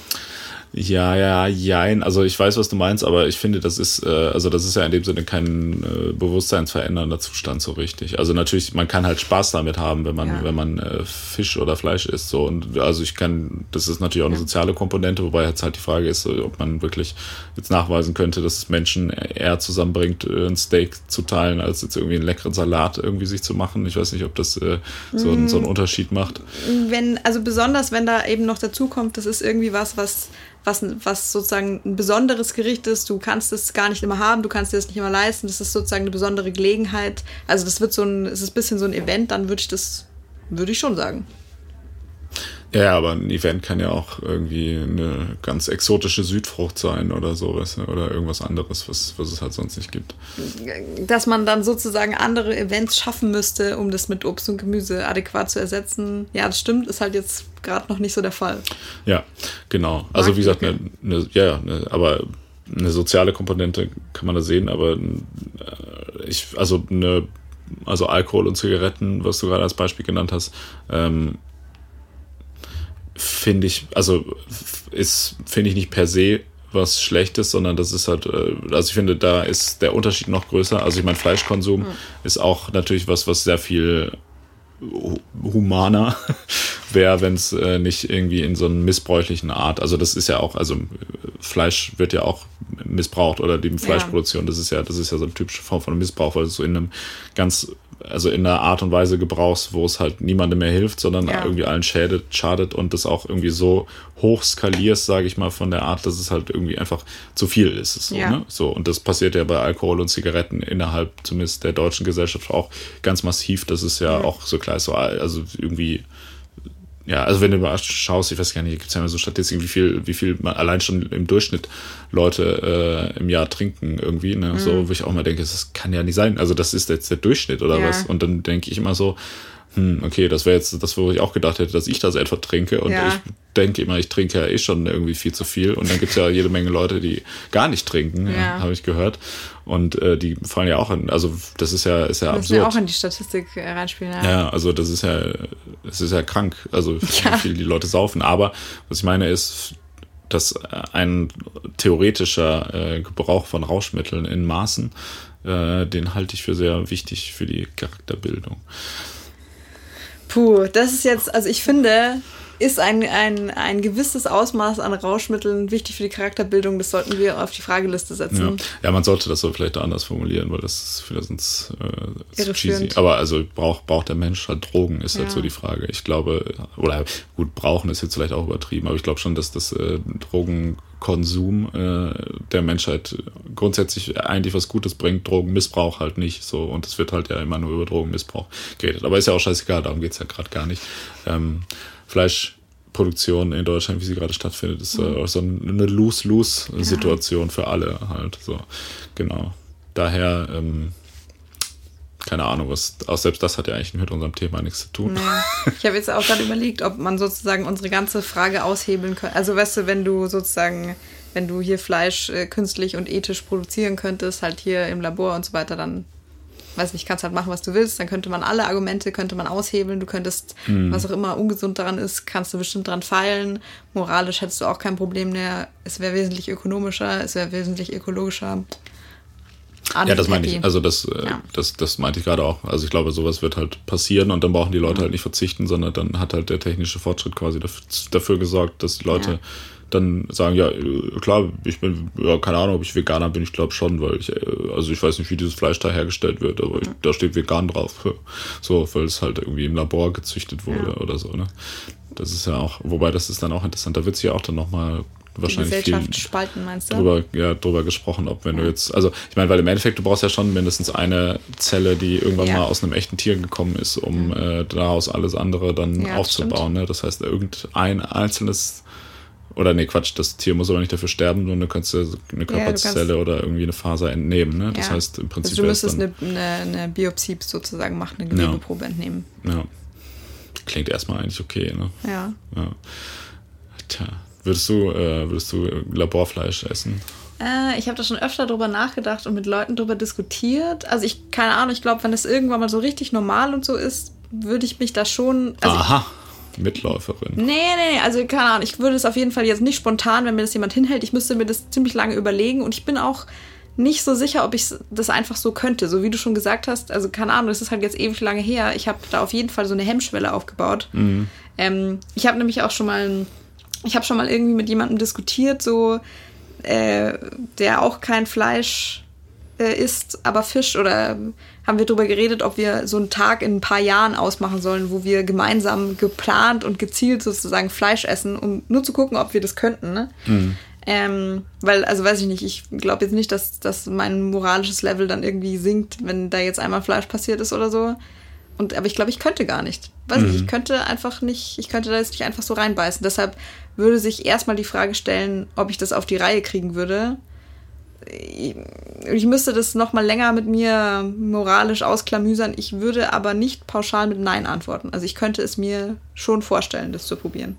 Jein. Also ich weiß, was du meinst, aber ich finde, das ist ja in dem Sinne kein bewusstseinsverändernder Zustand so richtig. Also natürlich, man kann halt Spaß damit haben, wenn man Fisch oder Fleisch isst. So. Und also das ist natürlich auch eine soziale Komponente, wobei jetzt halt die Frage ist, ob man wirklich jetzt nachweisen könnte, dass es Menschen eher zusammenbringt, ein Steak zu teilen, als jetzt irgendwie einen leckeren Salat irgendwie sich zu machen. Ich weiß nicht, ob das so einen Unterschied macht. Besonders wenn da eben noch dazu kommt, das ist irgendwie was sozusagen ein besonderes Gericht ist, du kannst es gar nicht immer haben, du kannst dir das nicht immer leisten, das ist sozusagen eine besondere Gelegenheit. Also es ist ein bisschen so ein Event, dann würde ich schon sagen. Ja, aber ein Event kann ja auch irgendwie eine ganz exotische Südfrucht sein oder so, weißt du, oder irgendwas anderes, was es halt sonst nicht gibt. Dass man dann sozusagen andere Events schaffen müsste, um das mit Obst und Gemüse adäquat zu ersetzen. Ja, das stimmt, ist halt jetzt gerade noch nicht so der Fall. Ja, genau. Also wie gesagt, aber eine soziale Komponente kann man da sehen, aber also Alkohol und Zigaretten, was du gerade als Beispiel genannt hast, finde ich, also ist, finde ich, nicht per se was Schlechtes, sondern das ist halt, also ich finde, da ist der Unterschied noch größer. Also ich meine, Fleischkonsum ist auch natürlich was sehr viel humaner wäre, wenn es nicht irgendwie in so einer missbräuchlichen Art, also das ist ja auch, also Fleisch wird ja auch missbraucht oder die Fleischproduktion, das ist ja so eine typische Form von Missbrauch, weil es so in einem also in einer Art und Weise gebrauchst, wo es halt niemandem mehr hilft, sondern irgendwie allen schadet und das auch irgendwie so hoch skalierst, sage ich mal, von der Art, dass es halt irgendwie einfach zu viel ist. So, ne? So, und das passiert ja bei Alkohol und Zigaretten innerhalb zumindest der deutschen Gesellschaft auch ganz massiv. Das ist ja auch so klar, so, also irgendwie, ja, also wenn du mal schaust, ich weiß gar nicht, gibt es ja immer so Statistiken, wie viel man allein schon im Durchschnitt Leute im Jahr trinken irgendwie, ne? So, wo ich auch mal denke, das kann ja nicht sein. Also das ist jetzt der Durchschnitt oder was? Und dann denke ich immer so, okay, das wäre jetzt das, wo ich auch gedacht hätte, dass ich das etwa trinke. Und ich denke immer, ich trinke ja eh schon irgendwie viel zu viel. Und dann gibt es ja jede Menge Leute, die gar nicht trinken, habe ich gehört. Und die fallen ja auch an, also das ist ja absurd. Müssen ja auch in die Statistik reinspielen. Ja, also das ist ja krank, also wie viel die Leute saufen. Aber was ich meine ist, dass ein theoretischer Gebrauch von Rauschmitteln in Maßen, den halte ich für sehr wichtig für die Charakterbildung. Puh, das ist jetzt, also ich finde, ist ein gewisses Ausmaß an Rauschmitteln wichtig für die Charakterbildung, das sollten wir auf die Frageliste setzen. Ja, man sollte das so vielleicht anders formulieren, weil das ist wieder sonst zu cheesy. Aber also braucht der Mensch halt Drogen, ist halt so die Frage. Ich glaube, oder gut, brauchen ist jetzt vielleicht auch übertrieben, aber ich glaube schon, dass das Drogenkonsum der Menschheit grundsätzlich eigentlich was Gutes bringt, Drogenmissbrauch halt nicht so, und es wird halt ja immer nur über Drogenmissbrauch geredet. Aber ist ja auch scheißegal, darum geht's ja gerade gar nicht. Fleischproduktion in Deutschland, wie sie gerade stattfindet, ist so eine Lose-Lose-Situation für alle halt. So, genau. Daher, keine Ahnung, auch selbst das hat ja eigentlich mit unserem Thema nichts zu tun. Nee. Ich habe jetzt auch gerade überlegt, ob man sozusagen unsere ganze Frage aushebeln könnte. Also weißt du, wenn du hier Fleisch künstlich und ethisch produzieren könntest, halt hier im Labor und so weiter, dann weiß nicht, kannst halt machen, was du willst, dann könnte man alle Argumente aushebeln, du könntest, was auch immer ungesund daran ist, kannst du bestimmt dran feilen, moralisch hättest du auch kein Problem mehr, es wäre wesentlich ökonomischer, es wäre wesentlich ökologischer. Ja, das meine ich, also das meinte ich gerade auch, also ich glaube, sowas wird halt passieren und dann brauchen die Leute halt nicht verzichten, sondern dann hat halt der technische Fortschritt quasi dafür gesorgt, dass die Leute dann sagen, ja, klar, ich bin, keine Ahnung, ob ich Veganer bin, ich glaube schon, weil ich weiß nicht, wie dieses Fleisch da hergestellt wird, aber da steht vegan drauf, so, weil es halt irgendwie im Labor gezüchtet wurde oder so, ne. Das ist ja auch, wobei das ist dann auch interessant, da wird sich ja auch dann nochmal wahrscheinlich viel spalten, meinst du? drüber gesprochen, ob wenn du jetzt, also ich meine, weil im Endeffekt, du brauchst ja schon mindestens eine Zelle, die irgendwann mal aus einem echten Tier gekommen ist, um daraus alles andere dann aufzubauen, ne. Das heißt, irgendein einzelnes oder nee, Quatsch, das Tier muss aber nicht dafür sterben, sondern du kannst eine Körperzelle oder irgendwie eine Faser entnehmen. Ne? Das heißt, im Prinzip. Also du müsstest eine Biopsie sozusagen machen, eine Gewebeprobe entnehmen. Ja. Klingt erstmal eigentlich okay, ne? Ja. Tja, würdest du Laborfleisch essen? Ich habe da schon öfter drüber nachgedacht und mit Leuten drüber diskutiert. Also keine Ahnung, ich glaube, wenn das irgendwann mal so richtig normal und so ist, würde ich mich da schon. Also aha. Mitläuferin. Nee, also keine Ahnung, ich würde es auf jeden Fall jetzt nicht spontan, wenn mir das jemand hinhält, ich müsste mir das ziemlich lange überlegen und ich bin auch nicht so sicher, ob ich das einfach so könnte, so wie du schon gesagt hast, also keine Ahnung, das ist halt jetzt ewig lange her, ich habe da auf jeden Fall so eine Hemmschwelle aufgebaut. Ich habe nämlich auch schon mal irgendwie mit jemandem diskutiert, so, der auch kein Fleisch isst, aber Fisch, oder haben wir darüber geredet, ob wir so einen Tag in ein paar Jahren ausmachen sollen, wo wir gemeinsam geplant und gezielt sozusagen Fleisch essen, um nur zu gucken, ob wir das könnten, ne? Weil, also weiß ich nicht, ich glaube jetzt nicht, dass mein moralisches Level dann irgendwie sinkt, wenn da jetzt einmal Fleisch passiert ist oder so. Aber ich glaube, ich könnte gar nicht. Weiß nicht, ich könnte da jetzt nicht einfach so reinbeißen. Deshalb würde sich erstmal die Frage stellen, ob ich das auf die Reihe kriegen würde. Ich müsste das noch mal länger mit mir moralisch ausklamüsern. Ich würde aber nicht pauschal mit Nein antworten. Also ich könnte es mir schon vorstellen, das zu probieren.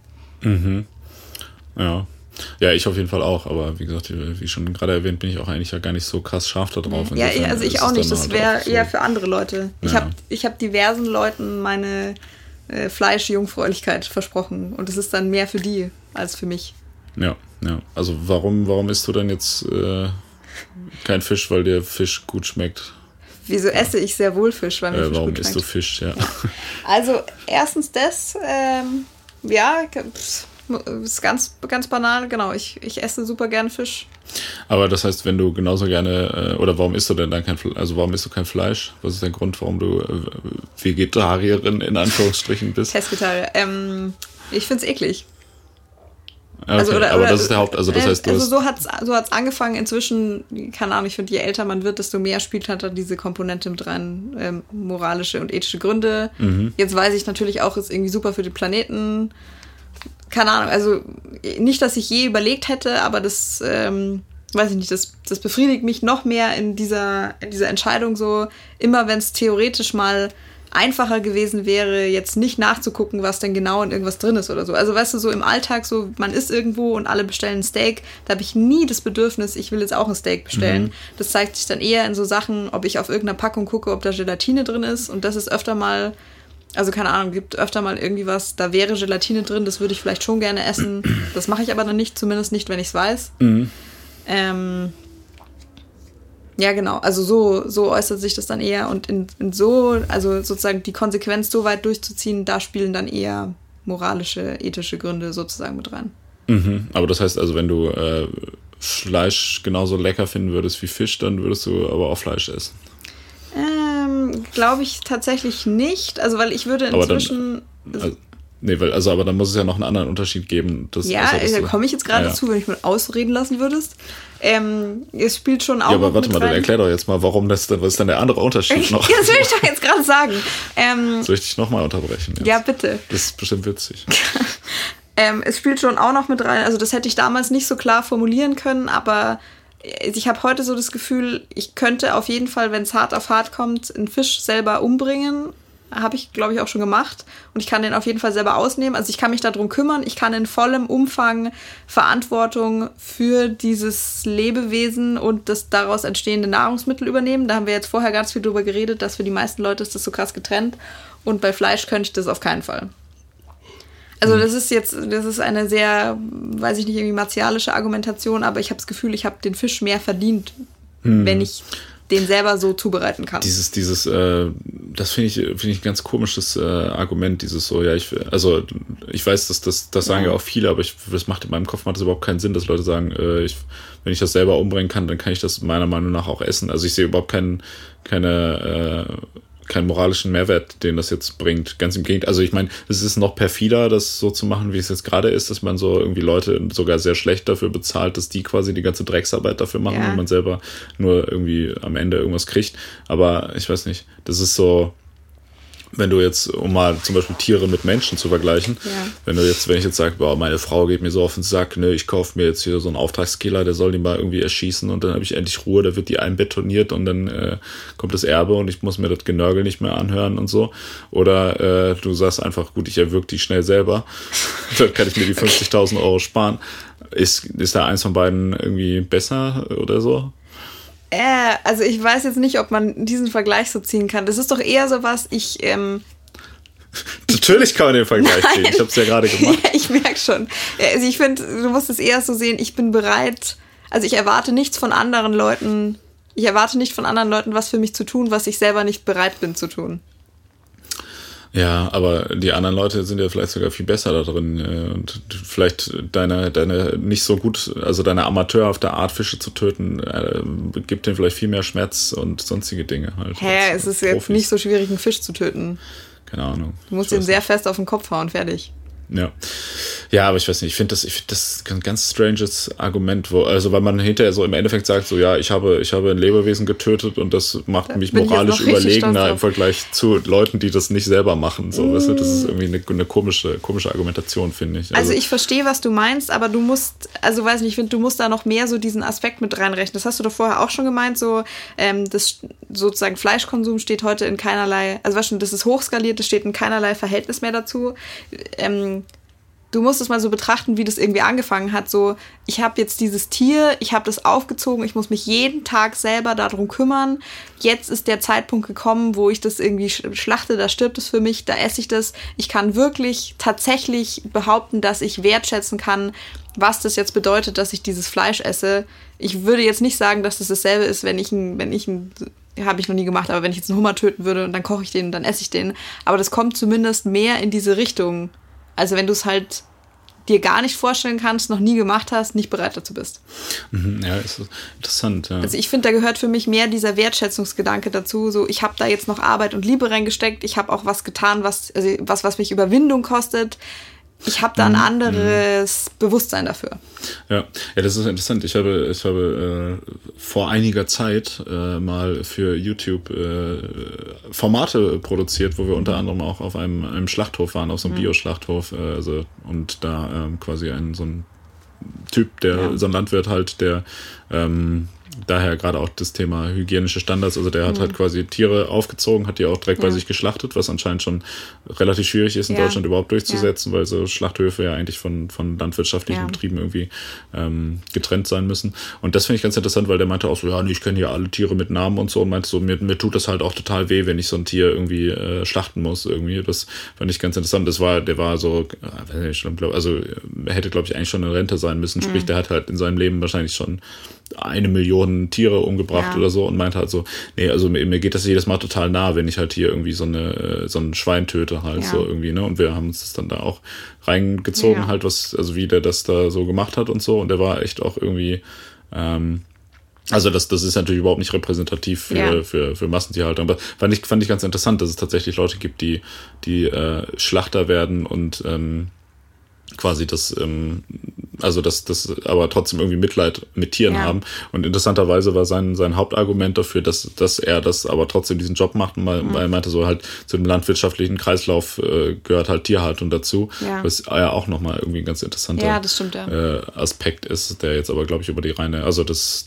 Ja, ich auf jeden Fall auch. Aber wie gesagt, wie schon gerade erwähnt, bin ich auch eigentlich ja gar nicht so krass scharf da drauf. Ja, also ich auch nicht. Das wäre eher für andere Leute. Ja. Ich hab diversen Leuten meine Fleischjungfräulichkeit versprochen. Und es ist dann mehr für die als für mich. Ja. Also warum isst du denn jetzt kein Fisch, weil dir Fisch gut schmeckt? Wieso esse ich sehr wohl Fisch, weil mir Fisch warum gut schmeckt? isst du Fisch, ja. Also erstens ist ganz, ganz banal, genau. Ich esse super gerne Fisch. Aber das heißt, wenn du genauso gerne, oder warum isst du denn dann kein Fleisch? Also warum isst du kein Fleisch? Was ist der Grund, warum du Vegetarierin in Anführungsstrichen bist? Pesketarier. Ich finde es eklig. Okay, also, aber das ist der Haupt, also das heißt, so hat's angefangen. Inzwischen, keine Ahnung, ich finde, je älter man wird, desto mehr spielt halt dann diese Komponente mit rein, moralische und ethische Gründe. Jetzt weiß ich natürlich auch, ist irgendwie super für den Planeten. Keine Ahnung, also nicht, dass ich je überlegt hätte, aber das, weiß ich nicht, das befriedigt mich noch mehr in dieser Entscheidung so. Immer wenn es theoretisch mal einfacher gewesen wäre, jetzt nicht nachzugucken, was denn genau in irgendwas drin ist oder so. Also weißt du, so im Alltag, so man isst irgendwo und alle bestellen ein Steak, da habe ich nie das Bedürfnis, ich will jetzt auch ein Steak bestellen. Das zeigt sich dann eher in so Sachen, ob ich auf irgendeiner Packung gucke, ob da Gelatine drin ist, und das ist öfter mal, also keine Ahnung, gibt öfter mal irgendwie was, da wäre Gelatine drin, das würde ich vielleicht schon gerne essen. Das mache ich aber dann nicht, zumindest nicht, wenn ich es weiß. Ja, genau. Also so äußert sich das dann eher, und also sozusagen die Konsequenz so weit durchzuziehen, da spielen dann eher moralische, ethische Gründe sozusagen mit rein. Aber das heißt also, wenn du Fleisch genauso lecker finden würdest wie Fisch, dann würdest du aber auch Fleisch essen? Glaube ich tatsächlich nicht. Also, weil ich würde inzwischen... aber dann muss es ja noch einen anderen Unterschied geben. Da komme ich jetzt gerade dazu, wenn ich mal ausreden lassen würdest. Es spielt schon auch. Ja, aber warte mal, dann erklär doch jetzt mal, was ist denn der andere Unterschied noch? Das will ich doch jetzt gerade sagen. Soll ich dich nochmal unterbrechen? Jetzt? Ja, bitte. Das ist bestimmt witzig. Es spielt schon auch noch mit rein. Also, das hätte ich damals nicht so klar formulieren können, aber ich habe heute so das Gefühl, ich könnte auf jeden Fall, wenn es hart auf hart kommt, einen Fisch selber umbringen. Habe ich, glaube ich, auch schon gemacht. Und ich kann den auf jeden Fall selber ausnehmen. Also ich kann mich darum kümmern. Ich kann in vollem Umfang Verantwortung für dieses Lebewesen und das daraus entstehende Nahrungsmittel übernehmen. Da haben wir jetzt vorher ganz viel drüber geredet, dass für die meisten Leute ist das so krass getrennt. Und bei Fleisch könnte ich das auf keinen Fall. Also das ist eine sehr, weiß ich nicht, irgendwie martialische Argumentation, aber ich habe das Gefühl, ich habe den Fisch mehr verdient, wenn ich den selber so zubereiten kann. Das finde ich ein ganz komisches Argument, dieses so, ja, ich weiß, dass das sagen ja auch viele, aber das macht in meinem Kopf überhaupt keinen Sinn, dass Leute sagen, wenn ich das selber umbringen kann, dann kann ich das meiner Meinung nach auch essen. Also ich sehe überhaupt keinen moralischen Mehrwert, den das jetzt bringt. Ganz im Gegenteil. Also ich meine, es ist noch perfider, das so zu machen, wie es jetzt gerade ist, dass man so irgendwie Leute sogar sehr schlecht dafür bezahlt, dass die quasi die ganze Drecksarbeit dafür machen und man selber nur irgendwie am Ende irgendwas kriegt. Aber ich weiß nicht, das ist so, wenn du jetzt, um mal zum Beispiel Tiere mit Menschen zu vergleichen, wenn ich jetzt sage, boah, meine Frau geht mir so auf den Sack, ne, ich kaufe mir jetzt hier so einen Auftragskiller, der soll die mal irgendwie erschießen und dann habe ich endlich Ruhe, da wird die einbetoniert und dann kommt das Erbe und ich muss mir das Genörgel nicht mehr anhören und so. Oder du sagst einfach, gut, ich erwürge die schnell selber, dann kann ich mir die 50.000 Euro sparen. Ist da eins von beiden irgendwie besser oder so? Also ich weiß jetzt nicht, ob man diesen Vergleich so ziehen kann. Das ist doch eher so was, Natürlich kann man den Vergleich ziehen. Ich habe es ja gerade gemacht. Ja, ich merke schon. Also ich finde, du musst es eher so sehen, ich bin bereit, also ich erwarte nicht von anderen Leuten, was für mich zu tun, was ich selber nicht bereit bin zu tun. Ja, aber die anderen Leute sind ja vielleicht sogar viel besser da drin und vielleicht deine nicht so gut, also deine amateurhafte Art, Fische zu töten, gibt denen vielleicht viel mehr Schmerz und sonstige Dinge. Halt es ist jetzt nicht so schwierig, einen Fisch zu töten. Keine Ahnung. Du musst ihn sehr fest auf den Kopf hauen, fertig. Ja, aber ich weiß nicht, ich finde das ein ganz stranges Argument, weil man hinterher so im Endeffekt sagt, so ja, ich habe ein Lebewesen getötet und das macht mich moralisch überlegener im Vergleich zu Leuten, die das nicht selber machen. So, weißt du, das ist irgendwie eine komische Argumentation, finde ich. Also ich verstehe, was du meinst, aber du musst, also weiß nicht, ich finde, du musst da noch mehr so diesen Aspekt mit reinrechnen. Das hast du doch vorher auch schon gemeint, so das sozusagen Fleischkonsum steht heute in keinerlei, also weißt du, das ist hochskaliert, das steht in keinerlei Verhältnis mehr dazu. Du musst es mal so betrachten, wie das irgendwie angefangen hat. So, ich habe jetzt dieses Tier, ich habe das aufgezogen, ich muss mich jeden Tag selber darum kümmern. Jetzt ist der Zeitpunkt gekommen, wo ich das irgendwie schlachte, da stirbt es für mich, da esse ich das. Ich kann wirklich tatsächlich behaupten, dass ich wertschätzen kann, was das jetzt bedeutet, dass ich dieses Fleisch esse. Ich würde jetzt nicht sagen, dass das dasselbe ist, wenn ich habe ich noch nie gemacht, aber wenn ich jetzt einen Hummer töten würde und dann koche ich den und dann esse ich den. Aber das kommt zumindest mehr in diese Richtung. Also wenn du es halt dir gar nicht vorstellen kannst, noch nie gemacht hast, nicht bereit dazu bist. Ja, ist interessant, ja. Also ich finde, da gehört für mich mehr dieser Wertschätzungsgedanke dazu. So, ich habe da jetzt noch Arbeit und Liebe reingesteckt. Ich habe auch was getan, was mich Überwindung kostet. Ich habe da ein anderes Bewusstsein dafür. Ja, das ist interessant. Ich habe vor einiger Zeit mal für YouTube Formate produziert, wo wir unter anderem auch auf einem Schlachthof waren, auf so einem Bio-Schlachthof. Und da quasi so ein Typ, so ein Landwirt halt, der daher gerade auch das Thema hygienische Standards, also der hat halt quasi Tiere aufgezogen, hat die auch direkt bei sich geschlachtet, was anscheinend schon relativ schwierig ist in Deutschland überhaupt durchzusetzen, weil so Schlachthöfe ja eigentlich von landwirtschaftlichen Betrieben irgendwie getrennt sein müssen. Und das finde ich ganz interessant, weil der meinte auch so, ja, nee, ich kenne ja alle Tiere mit Namen und so, und meinte so, mir tut das halt auch total weh, wenn ich so ein Tier irgendwie schlachten muss irgendwie. Das fand ich ganz interessant. Der war so, also er hätte, glaube ich, eigentlich schon in Rente sein müssen, sprich, der hat halt in seinem Leben wahrscheinlich schon 1 Million Tiere umgebracht oder so, und meinte halt so, nee, also mir geht das jedes Mal total nah, wenn ich halt hier irgendwie so ein Schwein töte halt so irgendwie, ne, und wir haben uns das dann da auch reingezogen halt, wie der das da so gemacht hat und so, und der war echt auch irgendwie, also das ist natürlich überhaupt nicht repräsentativ für Massentierhaltung, aber fand ich ganz interessant, dass es tatsächlich Leute gibt, die Schlachter werden und quasi das aber trotzdem irgendwie Mitleid mit Tieren haben. Und interessanterweise war sein Hauptargument dafür, dass er das aber trotzdem diesen Job macht, weil er meinte, so halt zu dem landwirtschaftlichen Kreislauf gehört halt Tierhaltung dazu, was ja auch nochmal irgendwie ein ganz interessanter Aspekt ist, der jetzt aber, glaube ich, über die reine, also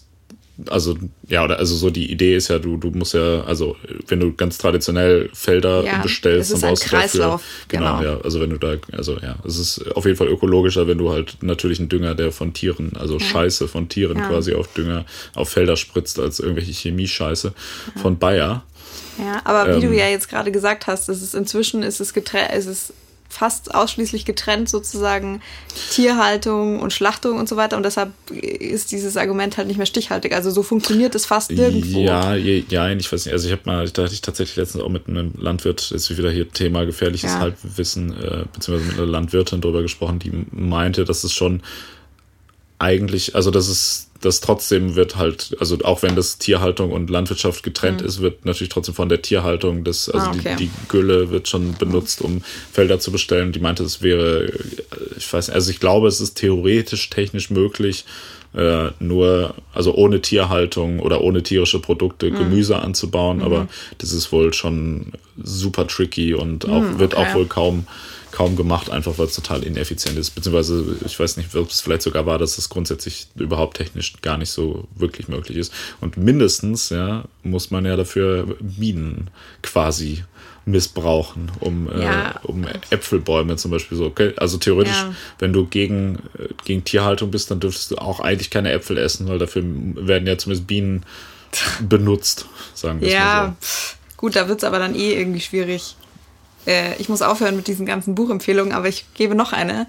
so die Idee ist ja, du musst ja, also wenn du ganz traditionell Felder bestellst, dann brauchst du dafür, genau, also wenn du da, es ist auf jeden Fall ökologischer, wenn du halt natürlichen Dünger, der von Tieren, also Scheiße von Tieren quasi auf Felder spritzt, als irgendwelche Chemie-Scheiße von Bayer. Ja, aber wie du ja jetzt gerade gesagt hast, inzwischen ist es fast ausschließlich getrennt, sozusagen Tierhaltung und Schlachtung und so weiter, und deshalb ist dieses Argument halt nicht mehr stichhaltig. Also so funktioniert es fast nirgendwo. Ja, ich weiß nicht. Also da hatte ich tatsächlich letztens auch mit einem Landwirt, ist wieder hier Thema gefährliches Halbwissen, beziehungsweise mit einer Landwirtin drüber gesprochen, die meinte, dass es schon eigentlich, also das trotzdem wird halt, also auch wenn das Tierhaltung und Landwirtschaft getrennt ist, wird natürlich trotzdem von der Tierhaltung die Gülle wird schon benutzt, um Felder zu bestellen. Die meinte, es wäre, ich weiß nicht, also ich glaube, es ist theoretisch technisch möglich, nur, also ohne Tierhaltung oder ohne tierische Produkte Gemüse anzubauen, aber das ist wohl schon super tricky und wird auch wohl kaum gemacht, einfach weil es total ineffizient ist. Beziehungsweise, ich weiß nicht, ob es vielleicht sogar war, dass es grundsätzlich überhaupt technisch gar nicht so wirklich möglich ist. Und mindestens, muss man ja dafür Bienen quasi missbrauchen, um Äpfelbäume zum Beispiel so. Okay? Also theoretisch, wenn du gegen Tierhaltung bist, dann dürftest du auch eigentlich keine Äpfel essen, weil dafür werden ja zumindest Bienen benutzt, sagen wir mal so. Gut, da wird es aber dann irgendwie schwierig. Ich muss aufhören mit diesen ganzen Buchempfehlungen, aber ich gebe noch eine.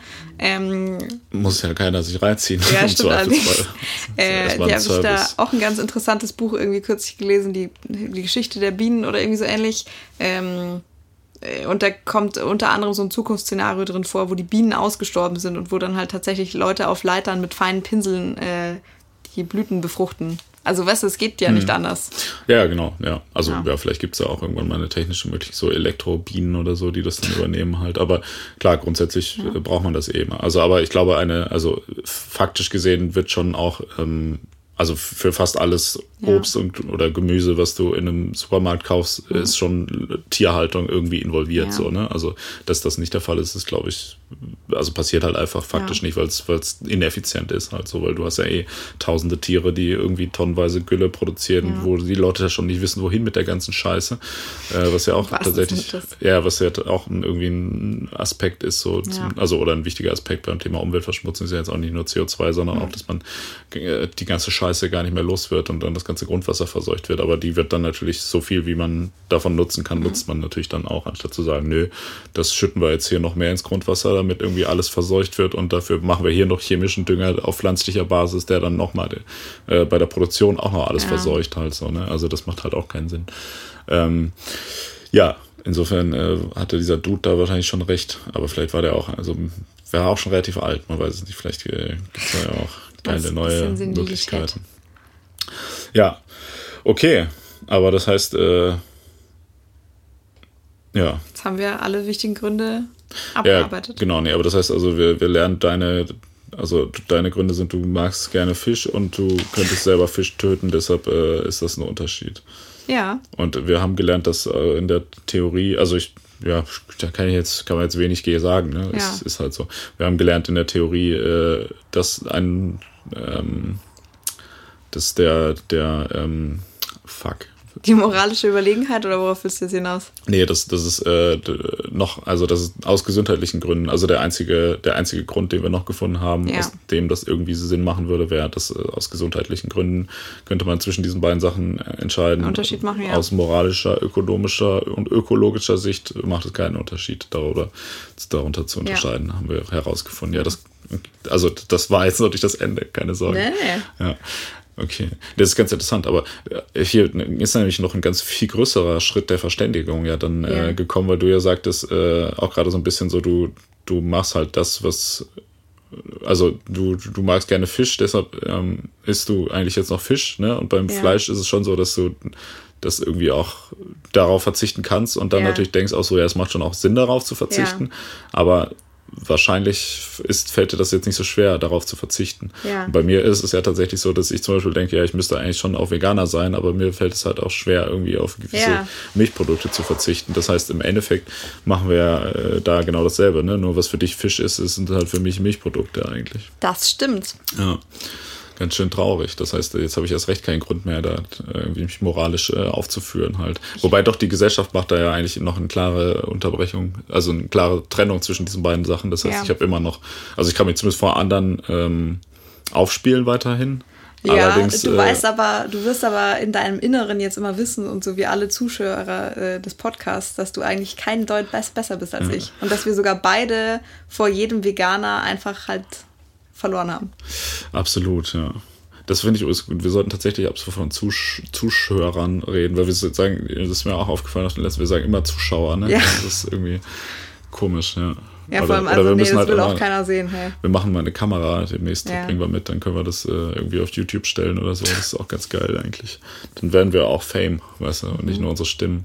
Muss ja keiner sich reinziehen. Ja, stimmt allerdings. Die habe ich da auch ein ganz interessantes Buch irgendwie kürzlich gelesen, die Geschichte der Bienen oder irgendwie so ähnlich. Und da kommt unter anderem so ein Zukunftsszenario drin vor, wo die Bienen ausgestorben sind und wo dann halt tatsächlich Leute auf Leitern mit feinen Pinseln die Blüten befruchten. Also weißt du, es geht ja nicht anders. Ja, genau, ja. Also vielleicht gibt es ja auch irgendwann mal eine technische Möglichkeit, so Elektrobienen oder so, die das dann übernehmen halt. Aber klar, grundsätzlich braucht man das eben. Also aber ich glaube, faktisch gesehen wird schon auch, also für fast alles Obst oder Gemüse, was du in einem Supermarkt kaufst, ist schon Tierhaltung irgendwie involviert. So, ne? Also, dass das nicht der Fall ist, glaube ich, also passiert halt einfach faktisch nicht, weil es ineffizient ist halt so, weil du hast ja tausende Tiere, die irgendwie tonnenweise Gülle produzieren, wo die Leute ja schon nicht wissen, wohin mit der ganzen Scheiße, was ja auch tatsächlich, was ja auch irgendwie ein Aspekt ist, so oder ein wichtiger Aspekt beim Thema Umweltverschmutzung ist ja jetzt auch nicht nur CO2, sondern auch, dass man die ganze Scheiße gar nicht mehr los wird und dann das ganze Grundwasser verseucht wird, aber die wird dann natürlich so viel, wie man davon nutzen kann, nutzt man natürlich dann auch, anstatt zu sagen, nö, das schütten wir jetzt hier noch mehr ins Grundwasser, damit irgendwie alles verseucht wird und dafür machen wir hier noch chemischen Dünger auf pflanzlicher Basis, der dann nochmal bei der Produktion auch noch alles verseucht halt so, ne? Also das macht halt auch keinen Sinn. Ja, insofern hatte dieser Dude da wahrscheinlich schon recht, aber vielleicht war der auch, also wäre auch schon relativ alt, man weiß es nicht, vielleicht gibt es ja auch geile neue Möglichkeiten. Ja, okay, aber das heißt, ja. Jetzt haben wir alle wichtigen Gründe abgearbeitet. Ja, genau, nee, aber das heißt also, wir lernen deine Gründe sind, du magst gerne Fisch und du könntest selber Fisch töten, deshalb ist das ein Unterschied. Ja. Und wir haben gelernt, dass in der Theorie, also da kann man jetzt wenig sagen, ne? Ja. Ist halt so. Wir haben gelernt in der Theorie, dass die moralische Überlegenheit, oder worauf willst du jetzt hinaus? Nee, das ist das ist aus gesundheitlichen Gründen, also der einzige Grund, den wir noch gefunden haben, aus dem das irgendwie Sinn machen würde, wäre, dass aus gesundheitlichen Gründen könnte man zwischen diesen beiden Sachen entscheiden. Unterschied machen, ja. Aus moralischer, ökonomischer und ökologischer Sicht macht es keinen Unterschied, darunter zu unterscheiden, haben wir herausgefunden. Ja, das war jetzt noch nicht das Ende, keine Sorge. Nee. Ja. Okay, das ist ganz interessant, aber hier ist nämlich noch ein ganz viel größerer Schritt der Verständigung dann gekommen, weil du ja sagtest, auch gerade so ein bisschen so, du machst halt das, was, also du magst gerne Fisch, deshalb isst du eigentlich jetzt noch Fisch, ne? Und beim Fleisch ist es schon so, dass du das irgendwie auch darauf verzichten kannst und dann natürlich denkst auch so, ja, es macht schon auch Sinn, darauf zu verzichten, aber wahrscheinlich fällt dir das jetzt nicht so schwer, darauf zu verzichten. Ja. Bei mir ist es ja tatsächlich so, dass ich zum Beispiel denke, ja, ich müsste eigentlich schon auf Veganer sein, aber mir fällt es halt auch schwer, irgendwie auf gewisse Milchprodukte zu verzichten. Das heißt, im Endeffekt machen wir da genau dasselbe, ne? Nur was für dich Fisch ist, sind halt für mich Milchprodukte eigentlich. Das stimmt. Ja. Ganz schön traurig. Das heißt, jetzt habe ich erst recht keinen Grund mehr, da irgendwie mich moralisch aufzuführen halt. Wobei doch die Gesellschaft macht da ja eigentlich noch eine klare Unterbrechung, also eine klare Trennung zwischen diesen beiden Sachen. Das heißt, ich habe immer noch, also ich kann mich zumindest vor anderen aufspielen weiterhin. Ja, allerdings, du wirst aber in deinem Inneren jetzt immer wissen und so wie alle Zuschauer des Podcasts, dass du eigentlich kein Deut besser bist als ich. Und dass wir sogar beide vor jedem Veganer einfach halt verloren haben. Absolut, ja. Das finde ich übrigens gut. Wir sollten tatsächlich ab so von Zuschauern reden, weil wir sagen, das ist mir auch aufgefallen, wir sagen immer Zuschauer, ne? Ja. Das ist irgendwie komisch, ja. Ja, vor allem, also das will auch keiner sehen. Hey. Wir machen mal eine Kamera demnächst, bringen wir mit, dann können wir das irgendwie auf YouTube stellen oder so. Das ist auch ganz geil eigentlich. Dann werden wir auch Fame, weißt du, und nicht nur unsere Stimmen.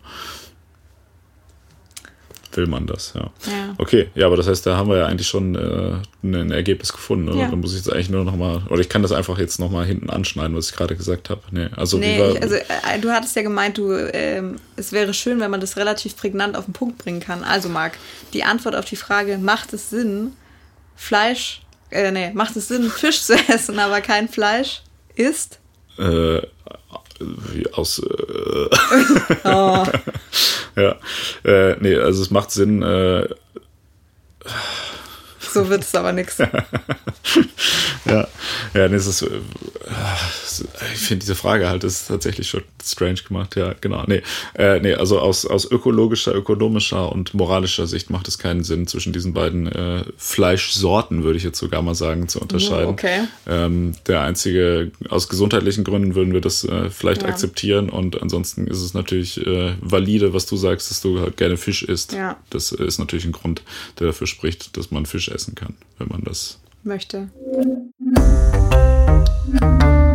Will man das, ja. Okay, ja, aber das heißt, da haben wir ja eigentlich schon ein Ergebnis gefunden, oder? Ja. Da muss ich jetzt eigentlich nur noch mal, oder ich kann das einfach jetzt noch mal hinten anschneiden, was ich gerade gesagt habe. Du hattest ja gemeint, es wäre schön, wenn man das relativ prägnant auf den Punkt bringen kann. Also Marc, die Antwort auf die Frage, macht es Sinn, Fisch zu essen, aber kein Fleisch, ist? Ja, also es macht Sinn. So wird es aber nichts. Es ist. Ich finde diese Frage halt ist tatsächlich schon strange gemacht. Ja, genau. Also aus ökologischer, ökonomischer und moralischer Sicht macht es keinen Sinn, zwischen diesen beiden Fleischsorten, würde ich jetzt sogar mal sagen, zu unterscheiden. Okay. Der einzige, aus gesundheitlichen Gründen würden wir das vielleicht akzeptieren und ansonsten ist es natürlich valide, was du sagst, dass du halt gerne Fisch isst. Ja. Das ist natürlich ein Grund, der dafür spricht, dass man Fisch essen kann, wenn man das möchte.